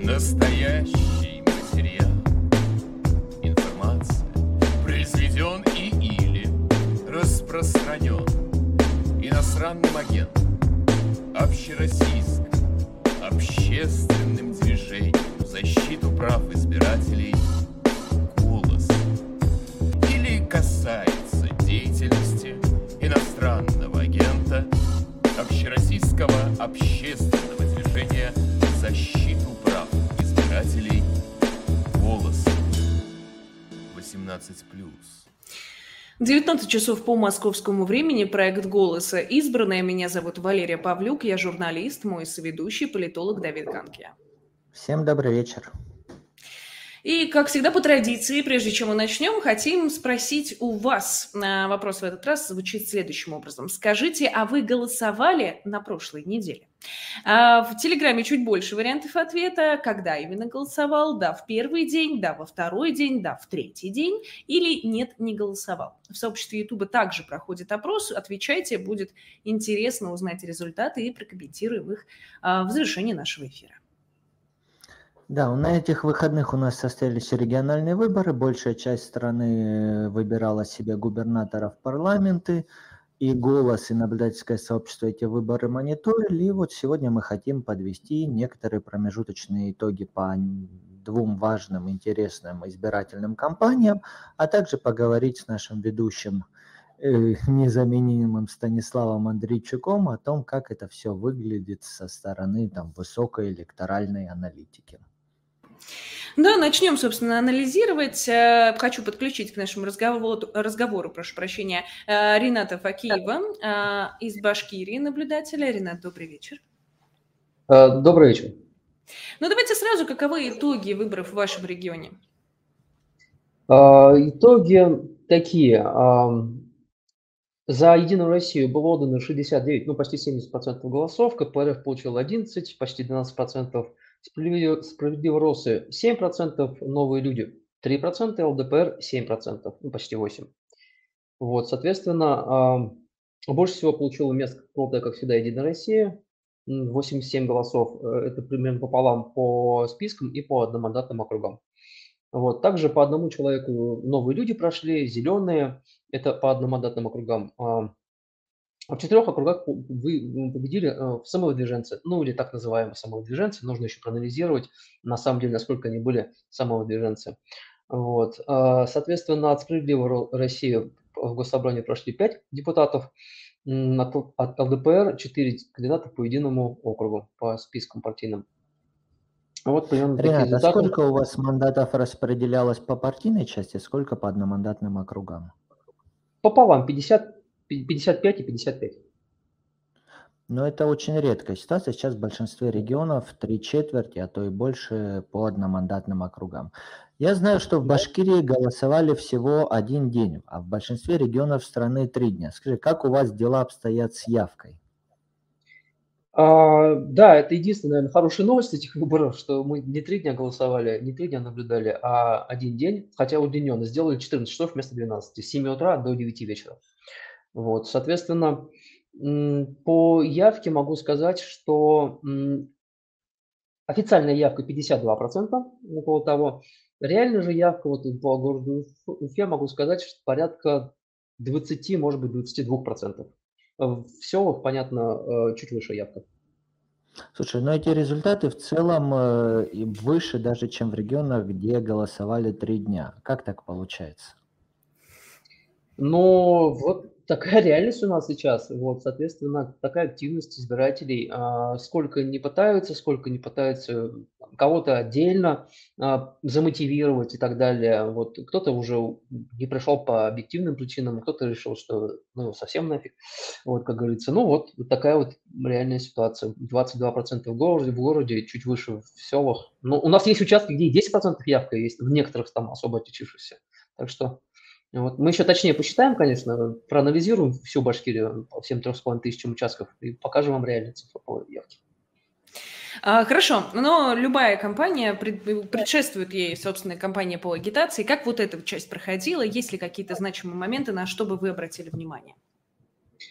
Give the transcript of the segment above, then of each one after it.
Настоящий материал. Информация произведен или распространен иностранным агентом, общероссийским, общественным движением в защиту прав избирателей «Голос» или касается деятельности иностранного агента, общероссийского общественного движения в защиту прав избирателей «Голос». 18+. 19 часов по московскому времени. Проект «Голоса» избранная. Меня зовут Валерия Павлюк. Я журналист, мой соведущий, политолог Давид Ганкия. Всем добрый вечер. И, как всегда, по традиции, прежде чем мы начнем, хотим спросить у вас. Вопрос в этот раз звучит следующим образом. Скажите, а вы голосовали на прошлой неделе? В Телеграме чуть больше вариантов ответа. Когда именно голосовал? Да, в первый день, да, во второй день, да, в третий день. Или нет, не голосовал. В сообществе Ютуба также проходит опрос. Отвечайте, будет интересно узнать результаты и прокомментируем их в завершении нашего эфира. Да, на этих выходных у нас состоялись региональные выборы. Большая часть страны выбирала себе губернаторов в парламенты. И «Голос», и наблюдательское сообщество эти выборы мониторили. И вот сегодня мы хотим подвести некоторые промежуточные итоги по двум важным, интересным избирательным кампаниям, а также поговорить с нашим ведущим незаменимым Станиславом Андрейчуком о том, как это все выглядит со стороны высокой электоральной аналитики. Да, начнем, собственно, анализировать. Хочу подключить к нашему разговору, прошу прощения, Рината Факиева из Башкирии, наблюдателя. Ринат, добрый вечер. Добрый вечер. Ну, давайте сразу, каковы итоги выборов в вашем регионе? Итоги такие. За «Единую Россию» было отдано 69, почти 70% голосов, КПРФ получил 11, почти 12%, «Справедливые Росы» 7%, «Новые люди» 3%, ЛДПР 7%, почти 8%. Вот, соответственно, больше всего получила мест, как всегда, «Единая Россия», 87 голосов, это примерно пополам по спискам и по одномандатным округам. Вот, также по одному человеку «Новые люди» прошли, «Зеленые», это по одномандатным округам. А в 4 округах победили самовыдвиженцы, или так называемые самовыдвиженцы. Нужно еще проанализировать, на самом деле, насколько они были самовыдвиженцы. Вот. Соответственно, от «Справедливой России» в Госсобрании прошли 5 депутатов, от ЛДПР 4 кандидата по единому округу, по спискам партийным. Вот примерно такие Ренат, результаты. а сколько у вас мандатов распределялось по партийной части, сколько по одномандатным округам? Пополам, 55 и 55. Но это очень редкая ситуация. Сейчас в большинстве регионов 3/4, а то и больше по одномандатным округам. Я знаю, что в Башкирии голосовали всего 1 день, а в большинстве регионов страны 3 дня. Скажи, как у вас дела обстоят с явкой? Да, это единственная, наверное, хорошая новость этих выборов, что мы не 3 дня голосовали, не 3 дня наблюдали, а 1 день, хотя удлиненно. Сделали 14 часов вместо 12, с 7 утра до 9 вечера. Вот, соответственно, по явке могу сказать, что официальная явка 52%, около того. Реальная же явка по городу Уфе могу сказать, что порядка 20, может быть, 22%. В селах, понятно, чуть выше явка. Слушай, но эти результаты в целом и выше даже, чем в регионах, где голосовали 3 дня. Как так получается? Но вот такая реальность у нас сейчас. Вот, соответственно, такая активность избирателей. Сколько не пытаются кого-то отдельно замотивировать и так далее. Вот кто-то уже не пришел по объективным причинам, кто-то решил, что совсем нафиг. Вот, как говорится. Вот такая вот реальная ситуация. 22% в городе, чуть выше в селах. У нас есть участки, где и 10% явка есть, в некоторых там особо отличившихся. Так что вот. Мы еще точнее посчитаем, конечно, проанализируем всю Башкирию по всем 3500 участков и покажем вам реальные цифры по явке. Хорошо, но любая кампания предшествует ей собственная кампания по агитации. Как вот эта часть проходила? Есть ли какие-то значимые моменты, на что бы вы обратили внимание?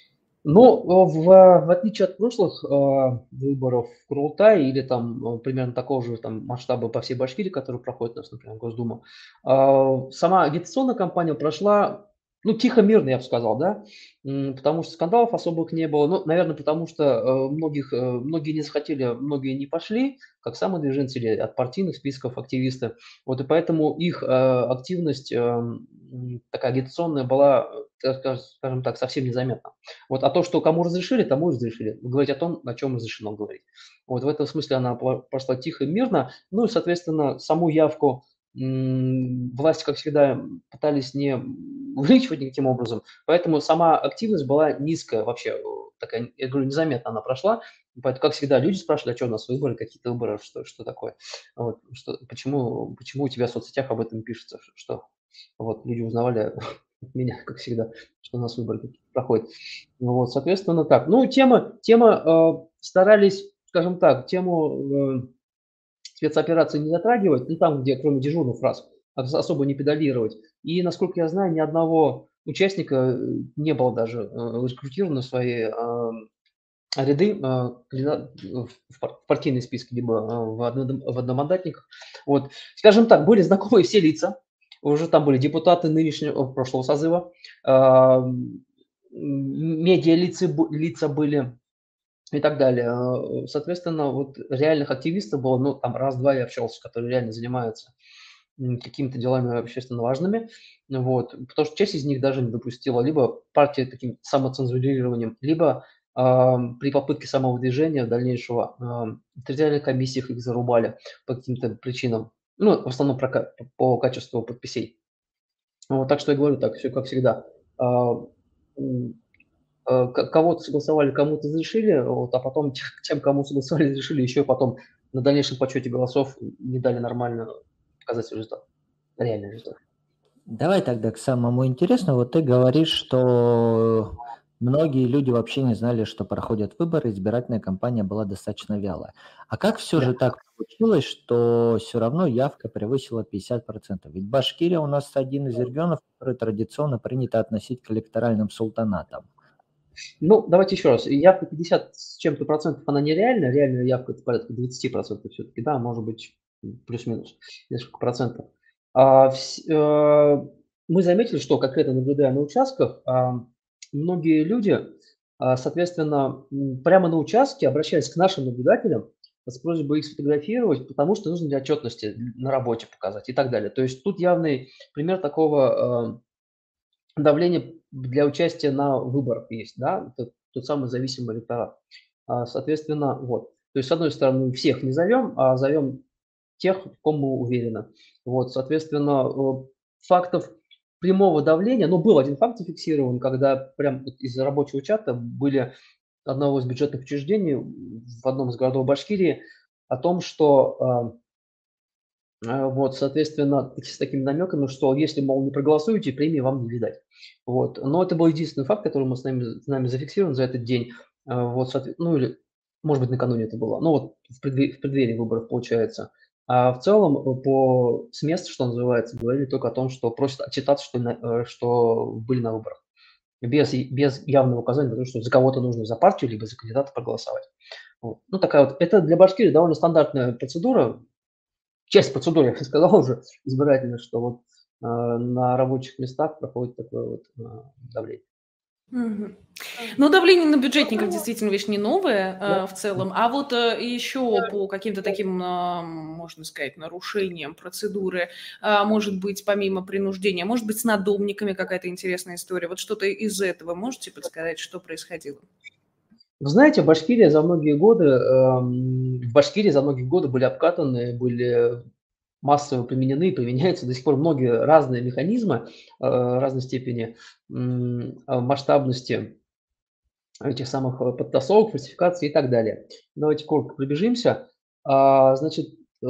Ну, в отличие от прошлых выборов в Курултае или там примерно такого же там масштаба по всей Башкирии, который проходит у нас, например, Госдума, сама агитационная кампания прошла, ну, тихо, мирно, я бы сказал, да, потому что скандалов особых не было, ну, наверное, потому что многие не захотели, многие не пошли, как самодвиженцы или от партийных списков активисты, вот, и поэтому их активность такая агитационная была, скажем так, совсем незаметна. Вот, а то, что кому разрешили, тому и разрешили. Говорить о том, о чем разрешено говорить. Вот в этом смысле она пошла тихо и мирно. Ну и, соответственно, саму явку власти, как всегда, пытались не увеличивать никаким образом, поэтому сама активность была низкая вообще, такая, я говорю, незаметно она прошла. Поэтому, как всегда, люди спрашивали, а что у нас выборы, какие-то выборы, что такое? Вот, почему у тебя в соцсетях об этом пишется, что вот люди узнавали от меня, как всегда, что у нас выборы какие-то проходят. Вот, соответственно, так. Ну, старались, скажем так, тему спецоперации не затрагивать, ну, там, где кроме дежурных фраз, особо не педалировать. И, насколько я знаю, ни одного участника не было даже рекрутировано в свои ряды в партийные списки, либо в одномандатниках. Вот. Скажем так, были знакомые все лица, уже там были депутаты нынешнего, прошлого созыва, медиа-лица были и так далее. Соответственно, вот реальных активистов было, ну, там раз-два я общался, которые реально занимаются какими-то делами общественно важными, вот, потому что часть из них даже не допустила либо партия таким самоцензурированием, либо при попытке самовыдвижения дальнейшего в территориальных комиссиях их зарубали по каким-то причинам, ну, в основном по качеству подписей. Вот, так что я говорю так, все как всегда. Кого-то согласовали, кому-то разрешили, вот, а потом тем, кому согласовали, разрешили, еще и потом на дальнейшем подсчете голосов не дали нормально показать результат, реальный результат. Давай тогда к самому интересному. Вот ты говоришь, что многие люди вообще не знали, что проходят выборы, избирательная кампания была достаточно вялая. А как все Да. же так получилось, что все равно явка превысила 50%? Ведь Башкирия у нас один из регионов, который традиционно принято относить к электоральным султанатам. Ну, давайте еще раз. Явка 50 с чем-то процентов, она нереальная. Реальная явка это порядка 20% все-таки, да, может быть, плюс-минус несколько процентов. Мы заметили, что конкретно наблюдая на участках, многие люди, соответственно, прямо на участке обращались к нашим наблюдателям с просьбой их сфотографировать, потому что нужно для отчетности на работе показать и так далее. То есть тут явный пример такого давление для участия на выборах есть, да, это тот самый зависимый электорат. Соответственно, вот. То есть, с одной стороны, всех не зовем, а зовем тех, в ком мы уверены. Вот, соответственно, фактов прямого давления, ну, был один факт зафиксирован, когда прям из рабочего чата были одного из бюджетных учреждений в одном из городов Башкирии о том, что вот, соответственно, с такими намеками, что если, мол, не проголосуете, премии вам не видать. Вот. Но это был единственный факт, который с нами зафиксирован за этот день. Вот, ну или, может быть, накануне это было. Ну вот в преддверии выборов получается. А в целом с места, что называется, говорили только о том, что просят отчитаться, что были на выборах. Без явного указания на то, что за кого-то нужно, за партию, либо за кандидата проголосовать. Вот. Ну, такая вот, это для Башкирии довольно стандартная процедура, часть процедуры, я сказал уже избирательно, что вот на рабочих местах проходит такое вот давление. Ну, давление на бюджетников действительно вещь не новая в целом, а вот еще по каким-то таким, можно сказать, нарушениям процедуры, может быть, помимо принуждения, может быть, с надомниками какая-то интересная история. Вот что-то из этого можете подсказать, что происходило? Вы знаете, в Башкирии за многие годы были обкатаны, были массово применены и применяются до сих пор многие разные механизмы разной степени масштабности этих самых подтасовок, фальсификаций и так далее. Давайте коротко пробежимся. Значит,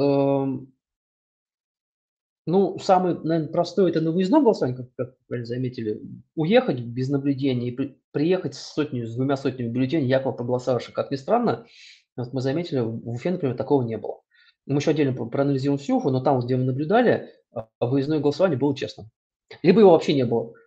ну, самый, наверное, простой – это на выездном голосовании, как вы правильно заметили. Уехать без наблюдения и приехать с 2 сотнями бюллетеней, якобы проголосовавших. Как ни странно, вот мы заметили, в Уфе, например, такого не было. Мы еще отдельно проанализируем всю Уфу, но там, где мы наблюдали, выездное голосование было честным. Либо его вообще не было.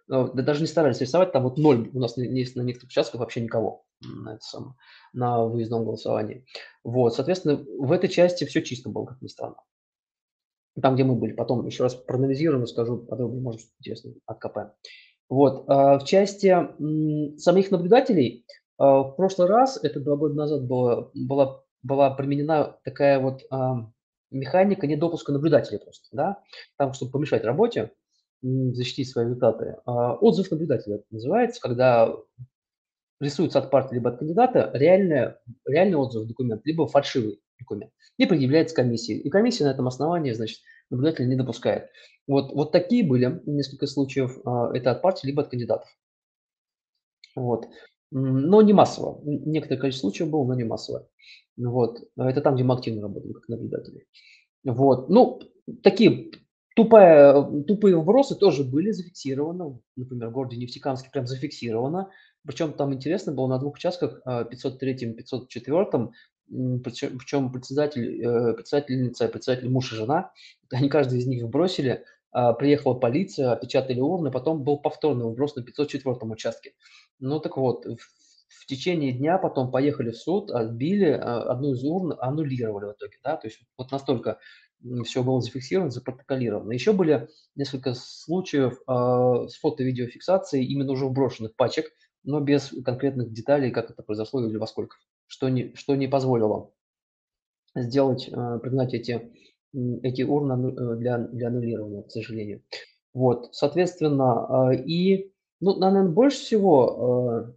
даже не старались рисовать, там вот 0, у нас есть на некоторых участках вообще никого на выездном голосовании. Вот, соответственно, в этой части все чисто было, как ни странно. Там, где мы были, потом еще раз проанализируем и скажу подробнее, может, интересно, откопаем. Вот, в части самих наблюдателей, в прошлый раз, это 2 года назад была применена такая вот механика недопуска наблюдателей просто, да, там, чтобы помешать работе, защитить свои результаты. Отзыв наблюдателя это называется, когда рисуется от партии либо от кандидата реальный отзыв документ, либо фальшивый документ, и предъявляется комиссии. И комиссия на этом основании, значит, наблюдателя не допускает. Вот такие были несколько случаев, это от партии, либо от кандидатов. Вот. Но не массово. Некоторое количество случаев было, но не массово. Вот. Это там, где мы активно работаем, как наблюдатели. Вот. Ну, такие тупые вбросы тоже были зафиксированы. Например, в городе Нефтекамске прям зафиксировано. Причем там интересно было на 2 участках, 503 и 504, причем председательница, председатель муж и жена, они каждый из них вбросили, приехала полиция, опечатали урны, потом был повторный вброс на 504 участке. Ну так вот, в течение дня потом поехали в суд, отбили, одну из урн аннулировали в итоге, да, то есть вот настолько все было зафиксировано, запротоколировано. Еще были несколько случаев с фото-видеофиксацией именно уже вброшенных пачек, но без конкретных деталей, как это произошло или во сколько, что не позволило сделать, признать эти урны для аннулирования, к сожалению. Вот, соответственно, наверное, больше всего,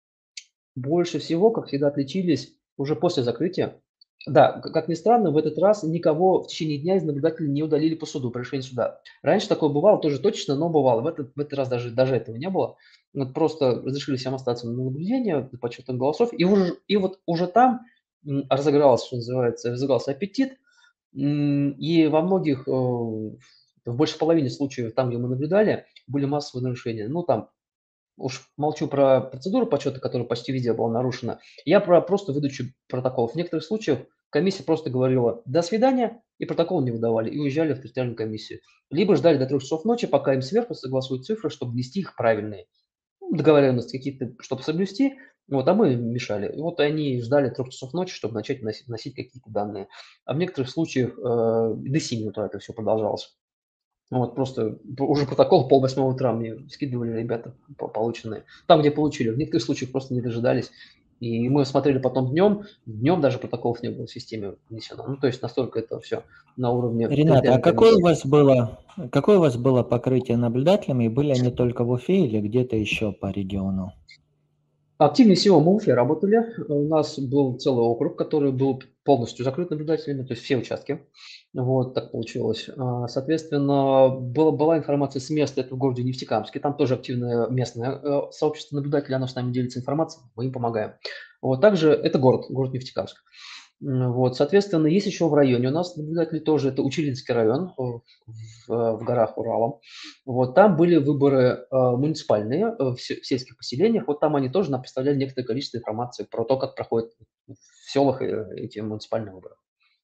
как всегда, отличились уже после закрытия. Да, как ни странно, в этот раз никого в течение дня из наблюдателей не удалили по суду, по решению суда. Раньше такое бывало, тоже точечно, но бывало. В этот раз даже этого не было. Вот просто разрешили всем остаться на наблюдение, подсчетом голосов. И вот уже там разыгрался аппетит. И во многих, в большей половине случаев, там, где мы наблюдали, были массовые нарушения. Ну, там, уж молчу про процедуру подсчета, которая почти везде была нарушена. Я про просто выдачу протоколов. В некоторых случаях комиссия просто говорила «до свидания», и протокол не выдавали, и уезжали в территориальную комиссию. Либо ждали до 3 часов ночи, пока им сверху согласуют цифры, чтобы внести их правильные. Договоренности какие-то, чтобы соблюсти, вот, а мы мешали. И вот они ждали 3 часов ночи, чтобы начать вносить какие-то данные. А в некоторых случаях до 7 утра это все продолжалось. Вот, просто уже протокол 7:30 утра мне скидывали ребята полученные. Там, где получили. В некоторых случаях просто не дожидались. И мы смотрели потом днем даже протоколов не было в системе внесено. Ну, то есть настолько это все на уровне... Ренат, а какое у вас было покрытие наблюдателями? И были они только в Уфе или где-то еще по региону? Активнее всего мы в Уфе работали. У нас был целый округ, который был полностью закрыт наблюдателями, то есть все участки. Вот так получилось. Соответственно, была информация с места, это в городе Нефтекамске. Там тоже активное местное сообщество наблюдателей, оно с нами делится информацией, мы им помогаем. Вот также это город Нефтекамск. Вот, соответственно, есть еще в районе у нас наблюдатели тоже, это Училинский район в горах Урала. Вот, там были выборы муниципальные в сельских поселениях, вот там они тоже нам представляли некоторое количество информации про то, как проходят в селах эти муниципальные выборы.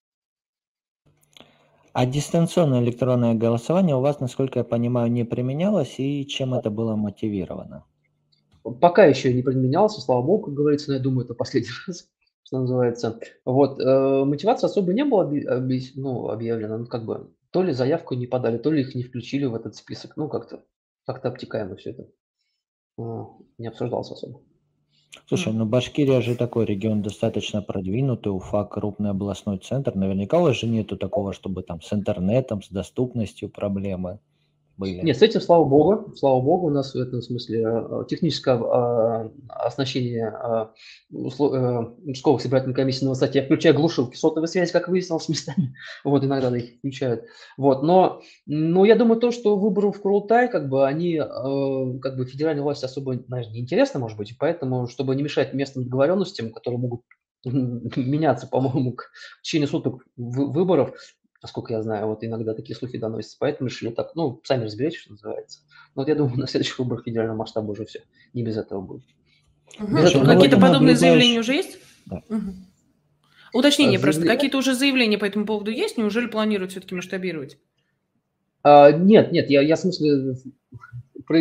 А дистанционное электронное голосование у вас, насколько я понимаю, не применялось, и чем это было мотивировано? Пока еще не применялся, слава богу, как говорится, но я думаю, это последний раз, что называется. Вот, мотивации особо не было объявлено, ну, как бы, то ли заявку не подали, то ли их не включили в этот список, ну, как-то обтекаемо все это, не обсуждалось особо. Слушай, ну Башкирия же такой регион достаточно продвинутый, Уфа крупный областной центр, наверняка у вас же нету такого, чтобы там с интернетом, с доступностью проблемы были. Нет, с этим, слава богу, у нас в этом смысле техническое оснащение участковых избирательных комиссий на высоте, включая глушилки сотовой связи, как выяснилось, местами, вот, иногда их включают, вот, но я думаю, то, что выборы в Курултай, как бы, они, как бы, федеральной власти особо, наверное, неинтересно, может быть, и поэтому, чтобы не мешать местным договоренностям, которые могут меняться, по-моему, в течение суток выборов, насколько я знаю, вот иногда такие слухи доносятся, поэтому решили так, ну, сами разберитесь, что называется. Но вот я думаю, на следующих выборах федерального масштаба уже все, не без этого будет. Какие-то подобные заявления уже есть? Да. Уточнение просто, какие-то уже заявления по этому поводу есть? Неужели планируют все-таки масштабировать? Нет, я в смысле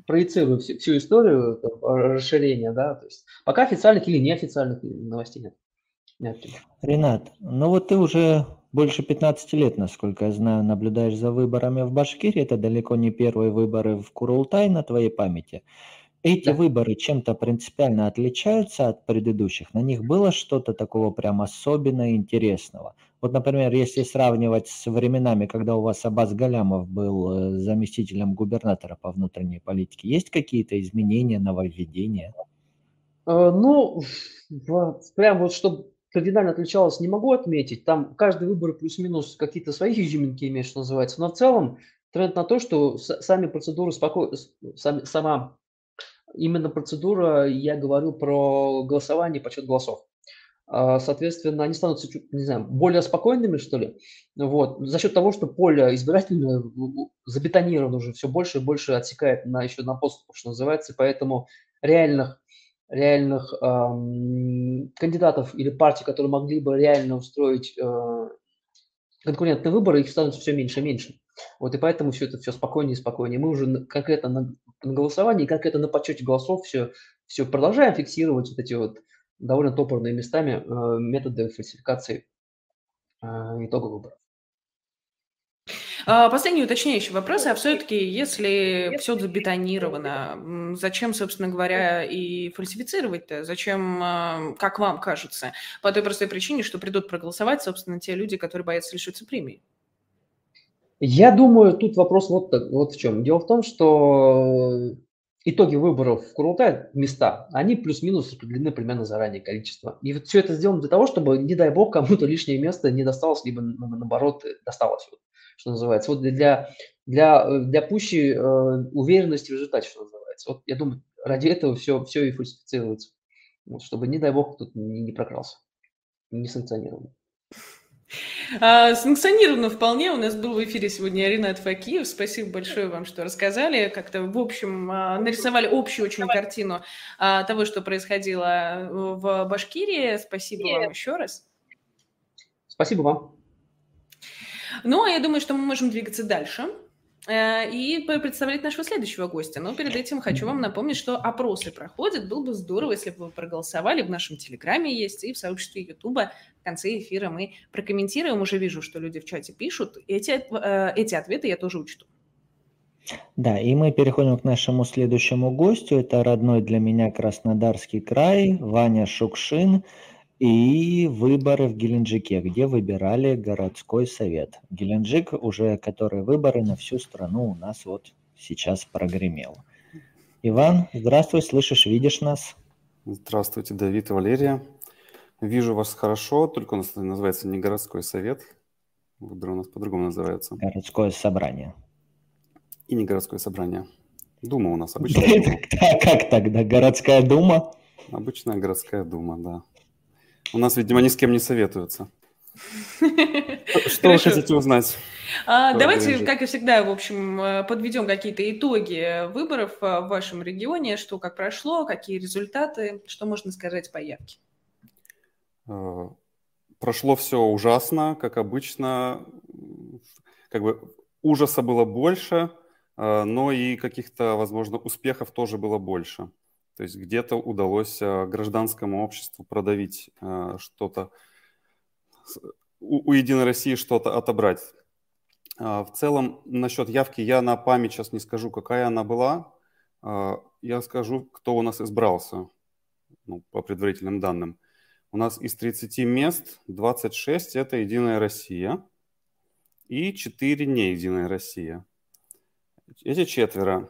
проецирую всю историю расширения, да, то есть пока официальных или неофициальных новостей нет. Нет. Ренат, ну вот ты уже больше 15 лет, насколько я знаю, наблюдаешь за выборами в Башкирии. Это далеко не первые выборы в Курултай на твоей памяти. Эти Да. выборы чем-то принципиально отличаются от предыдущих? На них было что-то такого прям особенно интересного? Вот, например, если сравнивать с временами, когда у вас Аббас Галямов был заместителем губернатора по внутренней политике, есть какие-то изменения, нововведения? Ну, прям вот чтобы кардинально отличалось, не могу отметить. Там каждый выбор плюс-минус какие-то свои изюминки имеет, что называется. Но в целом тренд на то, что сами процедуры сама именно процедура, я говорю про голосование, подсчет голосов. Соответственно, они становятся, не знаю, более спокойными, что ли. Вот. За счет того, что поле избирательное забетонировано уже все больше и больше отсекает еще на подступах, что называется, поэтому реальных кандидатов или партий, которые могли бы реально устроить конкурентные выборы, их становится все меньше и меньше. Вот и поэтому все это все спокойнее и спокойнее. Мы уже конкретно на голосовании, конкретно на подсчете голосов все продолжаем фиксировать вот эти вот довольно топорные местами методы фальсификации итогов выборов. Последний уточняющий вопрос. А все-таки, если все забетонировано, зачем, собственно говоря, и фальсифицировать-то? Зачем, как вам кажется? По той простой причине, что придут проголосовать, собственно, те люди, которые боятся лишиться премии. Я думаю, тут вопрос вот в чем. Дело в том, что итоги выборов в Курултай, места, они плюс-минус распределены примерно заранее количество. И вот все это сделано для того, чтобы, не дай бог, кому-то лишнее место не досталось, либо наоборот досталось, вот, что называется. Вот для пущей уверенности в результате, что называется. Вот я думаю, ради этого все и фальсифицируется. Вот, чтобы, не дай бог, тут не прокрался, не санкционировано. Санкционировано вполне. У нас был в эфире сегодня Ренат Факиев. Спасибо большое вам, что рассказали. Как-то, в общем, нарисовали общую очень картину того, что происходило в Башкирии. Спасибо вам еще раз. Спасибо вам. Ну, а я думаю, что мы можем двигаться дальше и представлять нашего следующего гостя. Но перед этим хочу вам напомнить, что опросы проходят. Было бы здорово, если бы вы проголосовали. В нашем Телеграме есть и в сообществе Ютуба. В конце эфира мы прокомментируем. Уже вижу, что люди в чате пишут. Эти ответы я тоже учту. Да, и мы переходим к нашему следующему гостю. Это родной для меня Краснодарский край, Ваня Шукшин. И выборы в Геленджике, где выбирали городской совет. Геленджик уже, которые выборы на всю страну у нас вот сейчас прогремел. Иван, здравствуй, слышишь, видишь нас? Здравствуйте, Давид и Валерия. Вижу вас хорошо, только у нас называется не городской совет. Выборы у нас по-другому называются. Городское собрание. И не городское собрание. Дума у нас, обычная дума. Как тогда? Городская дума? Обычная городская дума, да. У нас, видимо, ни с кем не советуются. Что вы хотите узнать? Давайте, как и всегда, в общем, подведем какие-то итоги выборов в вашем регионе, что как прошло, какие результаты, что можно сказать по явке. Прошло все ужасно, как обычно. Как бы ужаса было больше, но и каких-то, возможно, успехов тоже было больше. То есть где-то удалось гражданскому обществу продавить что-то, у «Единой России» что-то отобрать. В целом, насчет явки я на память сейчас не скажу, какая она была. Я скажу, кто у нас избрался, по предварительным данным. У нас из 30 мест 26 – это «Единая Россия» и 4 – не «Единая Россия». Эти четверо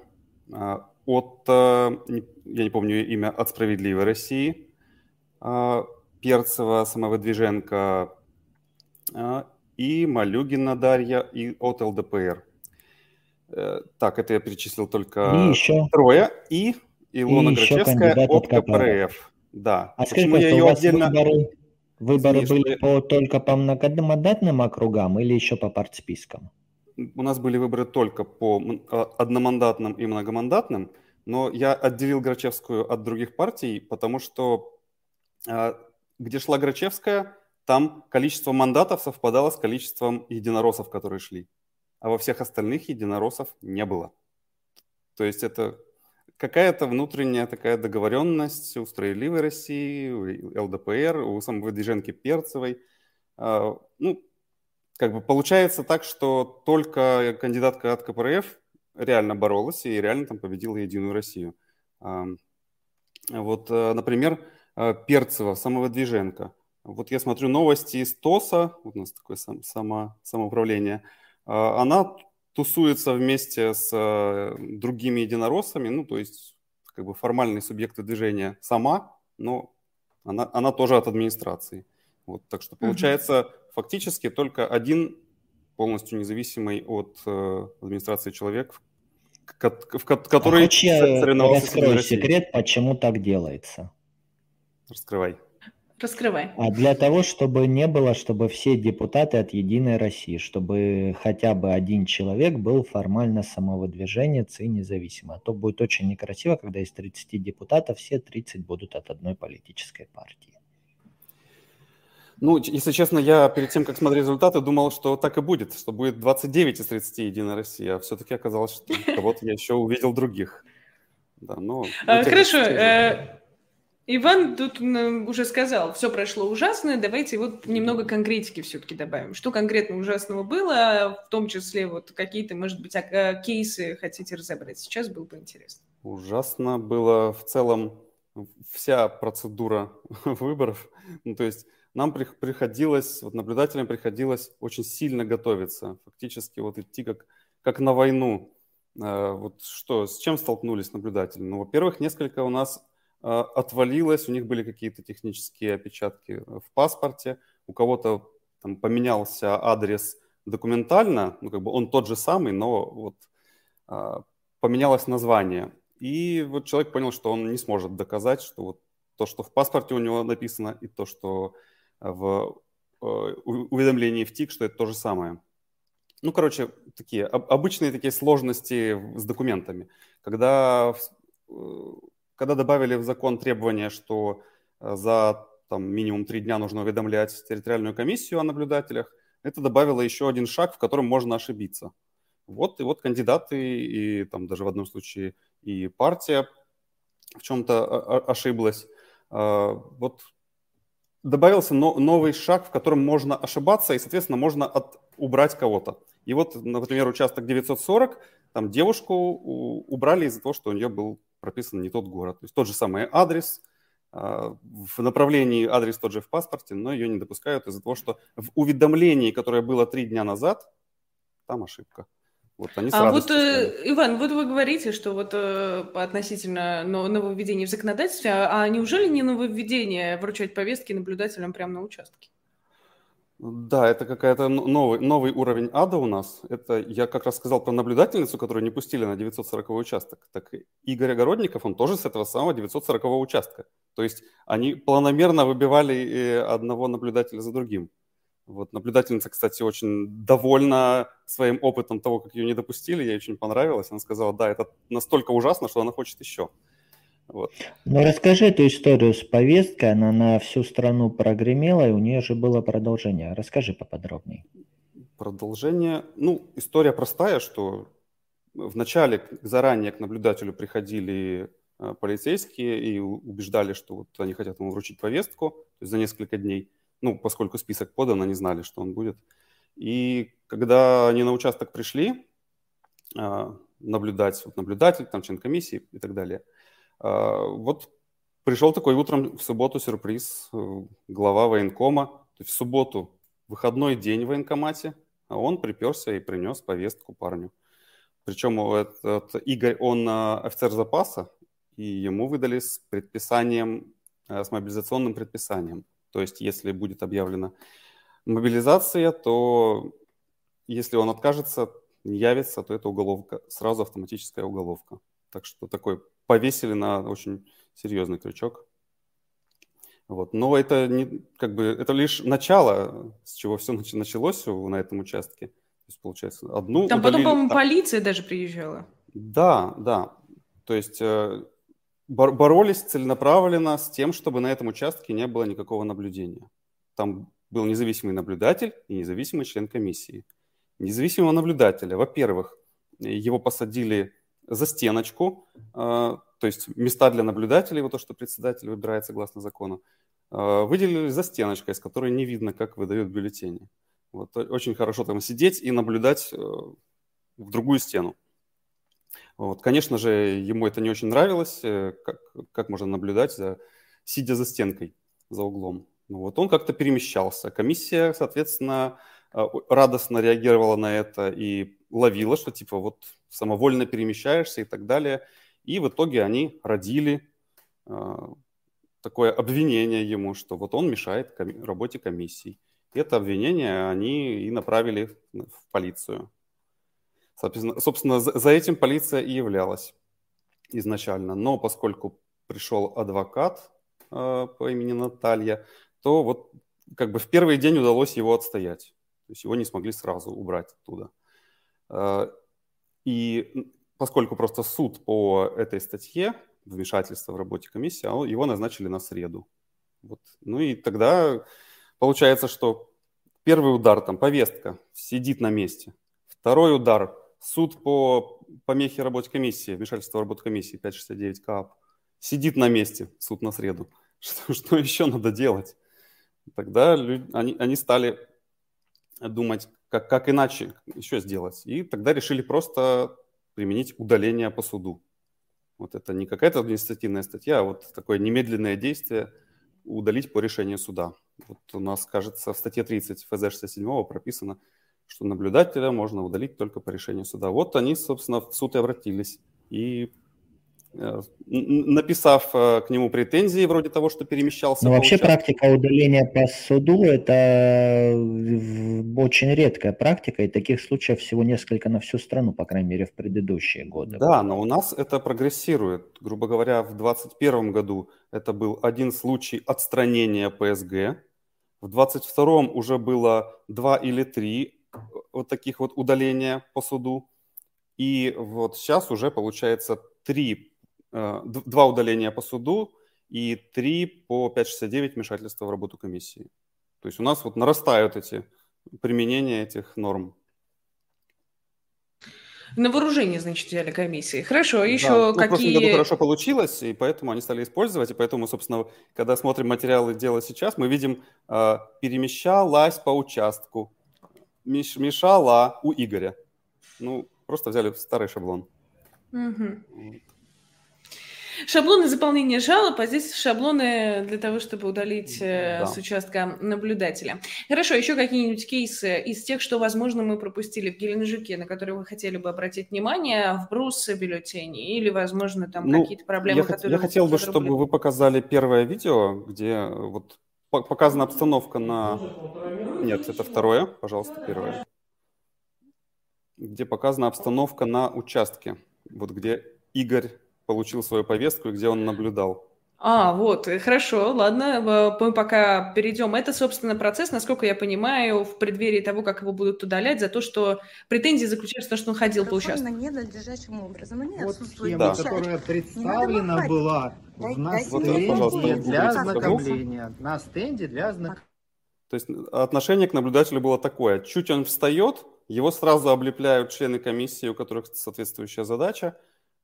я не помню имя, от «Справедливой России», Перцева, Самовыдвиженко и Малюгина Дарья и от ЛДПР. Так, это я перечислил только трое. И Илона Грачевская от КПРФ. Да. А скажите, я ее отдельно... Выборы были только по многомандатным округам или еще по партспискам? У нас были выборы только по одномандатным и многомандатным, но я отделил Грачевскую от других партий, потому что где шла Грачевская, там количество мандатов совпадало с количеством единороссов, которые шли. А во всех остальных единороссов не было. То есть это какая-то внутренняя такая договоренность у «Справедливой России», у ЛДПР, у самовыдвиженки Перцевой. Ну, как бы получается так, что только кандидатка от КПРФ реально боролась и реально там победила «Единую Россию». Вот, например, Перцева, самовыдвиженка. Вот я смотрю новости из ТОСа, вот у нас такое самоуправление, она тусуется вместе с другими единороссами, ну, то есть как бы формальные субъекты движения сама, но она тоже от администрации. Вот, так что получается фактически только один полностью независимый от администрации человек, который Хочешь, я соревновался с «Единой раскрою Россией». секрет, почему так делается? Раскрывай. Раскрывай. А для того, чтобы не было, чтобы все депутаты от «Единой России», чтобы хотя бы один человек был формально самовыдвиженец и независимый. А то будет очень некрасиво, когда из 30 депутатов все 30 будут от одной политической партии. Ну, если честно, я перед тем, как смотреть результаты, думал, что так и будет, что будет 29 из 30 «Единой России», а все-таки оказалось, что кого-то я еще увидел других. Да, ну, Хорошо, Иван тут уже сказал, все прошло ужасно, давайте вот немного конкретики все-таки добавим. Что конкретно ужасного было, в том числе вот какие-то, может быть, кейсы хотите разобрать? Сейчас было бы интересно. Ужасно было в целом вся процедура выборов. Ну, то есть нам приходилось, вот наблюдателям приходилось очень сильно готовиться, фактически вот идти как на войну. Вот что, с чем столкнулись наблюдатели? Ну, во-первых, несколько у нас отвалилось, у них были какие-то технические опечатки в паспорте, у кого-то там поменялся адрес документально, ну, как бы он тот же самый, но вот поменялось название. И вот человек понял, что он не сможет доказать, что вот то, что в паспорте у него написано, и то, что в уведомлении в ТИК, что это то же самое. Ну, короче, такие обычные такие сложности с документами. Когда добавили в закон требование, что за там, минимум 3 дня нужно уведомлять территориальную комиссию о наблюдателях, это добавило еще один шаг, в котором можно ошибиться. Вот, и вот кандидаты, и там даже в одном случае и партия в чем-то ошиблась. Вот добавился новый шаг, в котором можно ошибаться, и, соответственно, можно убрать кого-то. И вот, например, участок 940, там девушку убрали из-за того, что у нее был прописан не тот город. То есть тот же самый адрес, в направлении адрес тот же в паспорте, но ее не допускают из-за того, что в уведомлении, которое было 3 дня назад, там ошибка. Вот они с радостью стали. Иван, вот вы говорите, что вот относительно нововведений в законодательстве, а неужели не нововведение вручать повестки наблюдателям прямо на участке? Да, это какая-то новый уровень ада у нас. Это я как раз сказал про наблюдательницу, которую не пустили на 940 участок. Так Игорь Огородников, он тоже с этого самого 940 участка. То есть они планомерно выбивали одного наблюдателя за другим. Вот наблюдательница, кстати, очень довольна своим опытом того, как ее не допустили. Ей очень понравилось. Она сказала, да, это настолько ужасно, что она хочет еще. Вот. Ну, расскажи эту историю с повесткой. Она на всю страну прогремела, и у нее же было продолжение. Расскажи поподробнее. Продолжение. Ну, история простая, что вначале заранее к наблюдателю приходили полицейские и убеждали, что вот они хотят ему вручить повестку, то есть за несколько дней. Ну, поскольку список подан, они знали, что он будет. И когда они на участок пришли наблюдать, вот наблюдатель, там член комиссии и так далее, вот пришел такой утром в субботу сюрприз, глава военкома. То есть в субботу выходной день в военкомате, а он приперся и принес повестку парню. Причем этот Игорь, он офицер запаса, и ему выдали с предписанием, с мобилизационным предписанием. То есть если будет объявлена мобилизация, то если он откажется, не явится, то это уголовка, сразу автоматическая уголовка. Так что такой повесили на очень серьезный крючок. Вот. Но это, не, как бы, это лишь начало, с чего все началось на этом участке. То есть, получается, одну Там удалили... потом, по-моему, полиция даже приезжала. Да, да. То есть боролись целенаправленно с тем, чтобы на этом участке не было никакого наблюдения. Там был независимый наблюдатель и независимый член комиссии. Независимого наблюдателя, во-первых, его посадили застеночку, то есть места для наблюдателей, вот то, что председатель выбирает согласно закону, выделили застеночкой, с которой не видно, как выдают бюллетени. Вот, очень хорошо там сидеть и наблюдать в другую стену. Вот, конечно же, ему это не очень нравилось, как можно наблюдать, сидя за стенкой, за углом. Ну, вот он как-то перемещался. Комиссия, соответственно, радостно реагировала на это и ловила, что типа вот самовольно перемещаешься и так далее. И в итоге они родили такое обвинение ему, что вот он мешает работе комиссии. И это обвинение они и направили в полицию. Собственно, за этим полиция и являлась изначально. Но поскольку пришел адвокат по имени Наталья, то вот как бы в первый день удалось его отстоять. То есть его не смогли сразу убрать оттуда. И поскольку просто суд по этой статье, вмешательство в работе комиссии, его назначили на среду. Вот. Ну и тогда получается, что первый удар, там, повестка, сидит на месте. Второй удар, суд по помехе работе комиссии, вмешательство в работу комиссии, 569 КАП, сидит на месте, суд на среду. Что еще надо делать? Тогда они стали думать, как иначе еще сделать. И тогда решили просто применить удаление по суду. Вот это не какая-то административная статья, а вот такое немедленное действие удалить по решению суда. Вот у нас, кажется, в статье 30 ФЗ 67 прописано, что наблюдателя можно удалить только по решению суда. Вот они, собственно, в суд и обратились. И написав к нему претензии вроде того, что перемещался. Но вообще практика удаления по суду – это очень редкая практика, и таких случаев всего несколько на всю страну, по крайней мере, в предыдущие годы. Да, но у нас это прогрессирует. Грубо говоря, в 2021 году это был один случай отстранения ПСГ, в 2022 уже было 2 или 3 вот таких вот удаления по суду, и вот сейчас уже получается 2 удаления по суду и 3 по 569 вмешательства в работу комиссии. То есть у нас вот нарастают эти применения этих норм. На вооружение, значит, взяли комиссии. Хорошо, еще да. какие... В прошлом году хорошо получилось, и поэтому они стали использовать, и поэтому, собственно, когда смотрим материалы дела сейчас, мы видим перемещалась по участку, мешала у Игоря. Ну, просто взяли старый шаблон. Угу. Шаблоны заполнения жалоб, а здесь шаблоны для того, чтобы удалить с участка наблюдателя. Хорошо, еще какие-нибудь кейсы из тех, что, возможно, мы пропустили в Геленджике, на которые вы хотели бы обратить внимание, вброс бюллетеней или, возможно, там какие-то проблемы, которые... Я хотел бы, чтобы вы показали первое видео, где вот показана обстановка на... Нет, это второе, пожалуйста, первое. Где показана обстановка на участке, вот где Игорь получил свою повестку и где он наблюдал. Вот, хорошо, ладно, мы пока перейдем. Это, собственно, процесс, насколько я понимаю, в преддверии того, как его будут удалять, за то, что претензии заключаются в том, что он ходил по участку. Ненадлежащим образом. Они вот схема, которая представлена была на стенде для ознакомления. На стенде для ознакомления. То есть отношение к наблюдателю было такое. Чуть он встает, его сразу облепляют члены комиссии, у которых соответствующая задача,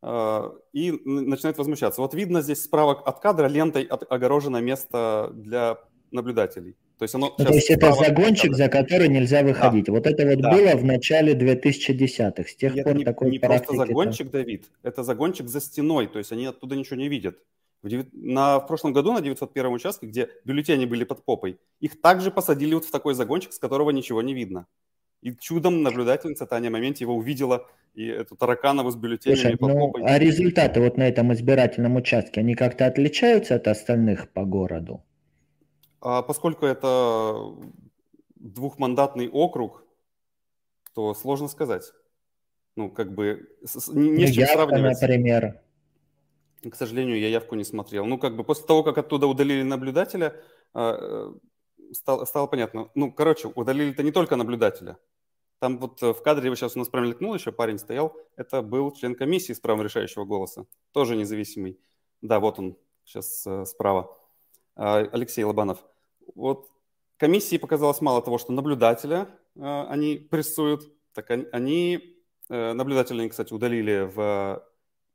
и начинает возмущаться. Вот видно здесь справа от кадра лентой огорожено место для наблюдателей. То есть, то есть это загончик, за который нельзя выходить. Да. Вот это вот было в начале 2010-х. С тех пор такой не просто загончик, Давид, это загончик за стеной, то есть они оттуда ничего не видят. В прошлом году на 901 участке, где бюллетени были под попой, их также посадили вот в такой загончик, с которого ничего не видно. И чудом наблюдательница Таня Моментьева увидела и эту тараканову с бюллетенями под попой. А результаты вот на этом избирательном участке, они как-то отличаются от остальных по городу? Поскольку это двухмандатный округ, то сложно сказать. Ну, как бы, не с чем сравнивать. Например. К сожалению, я явку не смотрел. Ну, как бы, после того, как оттуда удалили наблюдателя, стало понятно. Ну, короче, удалили-то не только наблюдателя. Там вот в кадре, сейчас у нас промелькнул еще парень стоял, это был член комиссии с правом решающего голоса, тоже независимый. Да, вот он сейчас справа. Алексей Лобанов. Вот комиссии показалось мало того, что наблюдателя они прессуют, так они наблюдателя, кстати, удалили в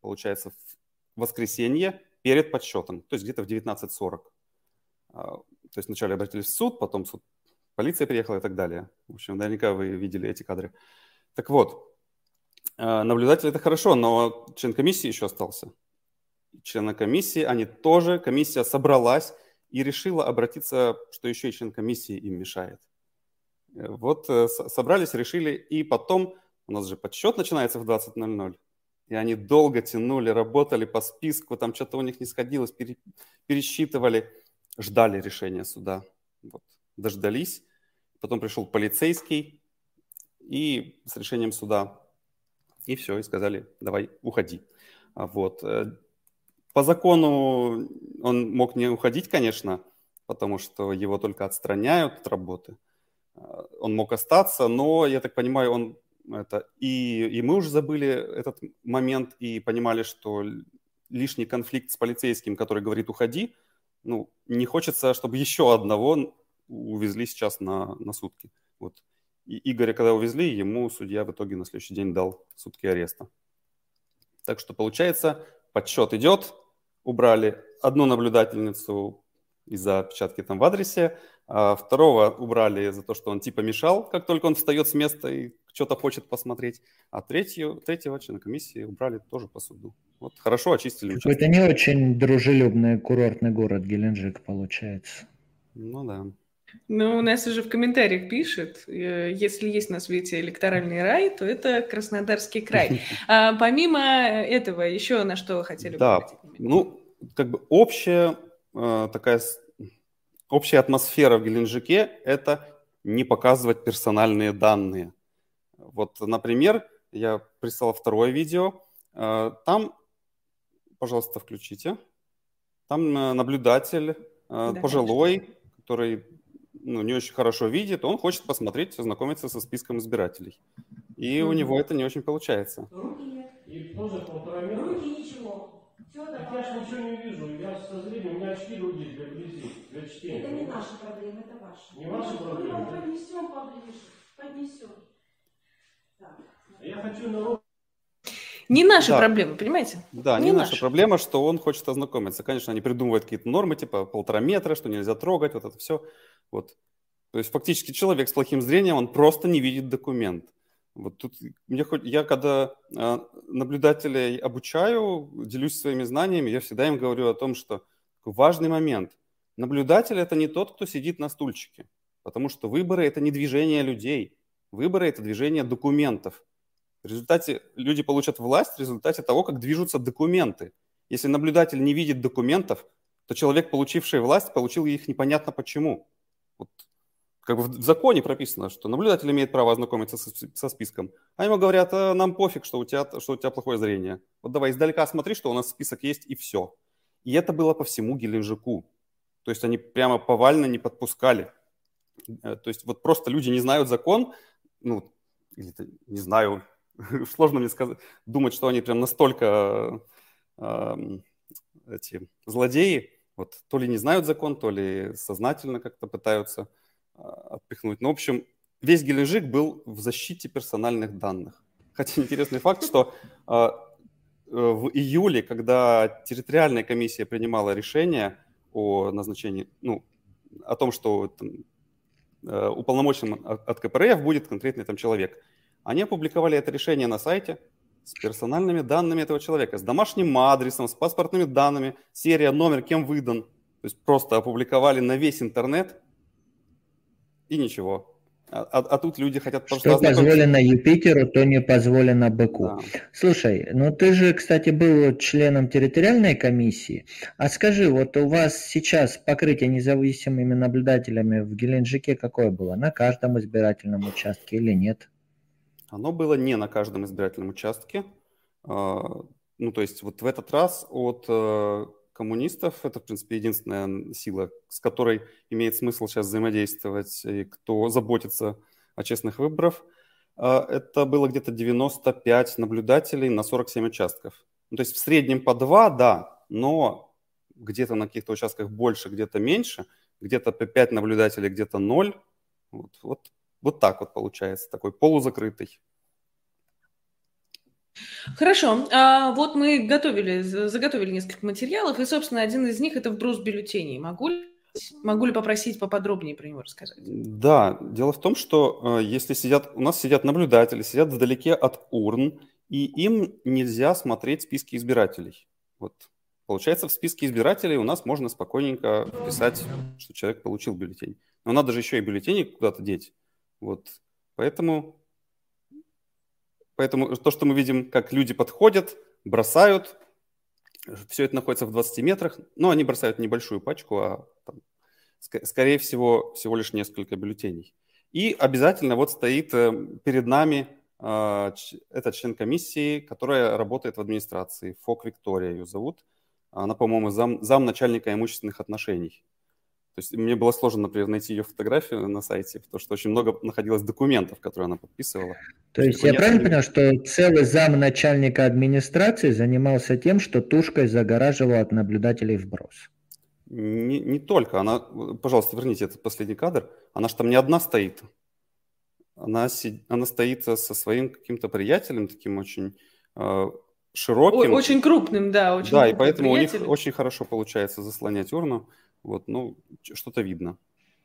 получается, в воскресенье перед подсчетом, то есть где-то в 19:40. То есть вначале обратились в суд, потом суд, полиция приехала и так далее. В общем, наверняка вы видели эти кадры. Так вот, наблюдатель – это хорошо, но член комиссии еще остался. Члены комиссии, комиссия собралась и решила обратиться, что еще и член комиссии им мешает. Вот собрались, решили, и потом, у нас же подсчет начинается в 20:00, и они долго тянули, работали по списку, там что-то у них не сходилось, пересчитывали, ждали решения суда. Вот. Дождались, потом пришел полицейский и с решением суда, и все, и сказали, давай, уходи. Вот. По закону он мог не уходить, конечно, потому что его только отстраняют от работы. Он мог остаться, но, я так понимаю, и мы уже забыли этот момент и понимали, что лишний конфликт с полицейским, который говорит «уходи», ну, не хочется, чтобы еще одного увезли сейчас на сутки. Вот. И Игоря, когда увезли, ему судья в итоге на следующий день дал сутки ареста. Так что, получается, подсчет идет, убрали одну наблюдательницу из-за опечатки там в адресе, а второго убрали за то, что он типа мешал, как только он встает с места и что-то хочет посмотреть, а третьего члена комиссии убрали тоже по суду. Вот хорошо очистили участок. Какой-то не очень дружелюбный курортный город Геленджик получается. Ну да. Ну, у нас уже в комментариях пишет, если есть на свете электоральный рай, то это Краснодарский край. А помимо этого, еще на что хотели бы обратить внимание? Ну, как бы общая атмосфера в Геленджике – это не показывать персональные данные. Вот, например, я прислал второе видео. Там, пожалуйста, включите. Там наблюдатель пожилой, который не очень хорошо видит, он хочет посмотреть, ознакомиться со списком избирателей. И у него это не очень получается. Руки нет. И тоже 1,5 метра. Руки ничего. Все, так я же ничего не вижу. Я со зрением, у меня очки другие для вблизи, для чтения. Это не наши проблемы, это ваши. Не ваши проблемы? Мы поднесем поближе. Поднесем. Так. Я хочу народ. Не наши проблемы, понимаете? Да, не наша проблема, что он хочет ознакомиться. Конечно, они придумывают какие-то нормы, типа 1,5 метра, что нельзя трогать, вот это все. Вот. То есть фактически человек с плохим зрением, он просто не видит документ. Вот тут я когда наблюдателей обучаю, делюсь своими знаниями, я всегда им говорю о том, что важный момент. Наблюдатель – это не тот, кто сидит на стульчике, потому что выборы – это не движение людей. Выборы – это движение документов. В результате люди получат власть в результате того, как движутся документы. Если наблюдатель не видит документов, то человек, получивший власть, получил их непонятно почему. Вот, как бы в законе прописано, что наблюдатель имеет право ознакомиться со списком, а ему говорят, нам пофиг, что у тебя плохое зрение. Вот давай издалека смотри, что у нас список есть, и все. И это было по всему Геленджику. То есть они прямо повально не подпускали. То есть вот просто люди не знают закон, ну, или не знаю, сложно мне думать, что они прям настолько эти злодеи, вот, то ли не знают закон, то ли сознательно как-то пытаются отпихнуть. Ну, в общем, весь Геленджик был в защите персональных данных. Хотя интересный факт, что в июле, когда территориальная комиссия принимала решение о назначении, о том, что уполномоченным от КПРФ будет конкретный там человек, они опубликовали это решение на сайте с персональными данными этого человека, с домашним адресом, с паспортными данными, серия, номер, кем выдан. То есть просто опубликовали на весь интернет и ничего. А тут люди хотят просто что позволено Юпитеру, то не позволено быку. Да. Слушай, ну ты же, кстати, был членом территориальной комиссии. А скажи, вот у вас сейчас покрытие независимыми наблюдателями в Геленджике какое было? На каждом избирательном участке или нет? Оно было не на каждом избирательном участке. Ну, то есть вот в этот раз от коммунистов, это, в принципе, единственная сила, с которой имеет смысл сейчас взаимодействовать, и кто заботится о честных выборах, это было где-то 95 наблюдателей на 47 участков. Ну, то есть в среднем по 2, да, но где-то на каких-то участках больше, где-то меньше, где-то по 5 наблюдателей, где-то 0. Вот так вот получается, такой полузакрытый. Хорошо. Вот мы заготовили несколько материалов, и, собственно, один из них – это вброс бюллетеней. Могу ли попросить поподробнее про него рассказать? Да, дело в том, что если у нас сидят наблюдатели, сидят вдалеке от урн, и им нельзя смотреть списки избирателей. Вот. Получается, в списке избирателей у нас можно спокойненько вписать, что человек получил бюллетень. Но надо же еще и бюллетени куда-то деть. Вот. Поэтому то, что мы видим, как люди подходят, бросают, все это находится в 20 метрах, но они бросают небольшую пачку, а там, скорее всего лишь несколько бюллетеней. И обязательно вот стоит перед нами этот член комиссии, которая работает в администрации. Фок Виктория ее зовут. Она, по-моему, зам начальника имущественных отношений. То есть мне было сложно, например, найти ее фотографию на сайте, потому что очень много находилось документов, которые она подписывала. То есть я правильно понял, что целый зам начальника администрации занимался тем, что тушкой загораживал от наблюдателей вброс? Не только. Она, пожалуйста, верните этот последний кадр. Она же там не одна стоит. Она стоит со своим каким-то приятелем, таким очень широким. Очень крупным, да. Очень да, и поэтому приятель. У них очень хорошо получается заслонять урну. Вот, ну, что-то видно.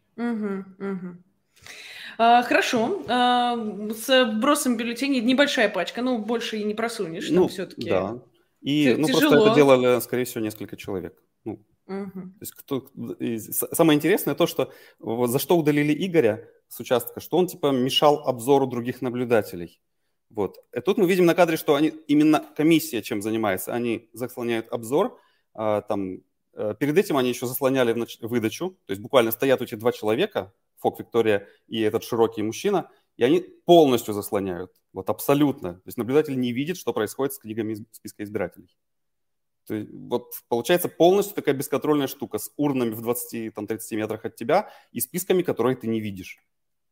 Хорошо. С вбросом бюллетеней небольшая пачка, ну, больше и не просунешь, там все-таки. Да. И просто это делали, скорее всего, несколько человек. То есть самое интересное то, что вот за что удалили Игоря с участка, что он типа мешал обзору других наблюдателей. Вот. И тут мы видим на кадре, что именно комиссия чем занимается. Они заслоняют обзор, перед этим они еще заслоняли выдачу, то есть буквально стоят эти два человека, Фок Виктория и этот широкий мужчина, и они полностью заслоняют, вот абсолютно. То есть наблюдатель не видит, что происходит с книгами списка избирателей. То есть, вот получается полностью такая бесконтрольная штука с урнами в 20-30 метрах от тебя и списками, которые ты не видишь.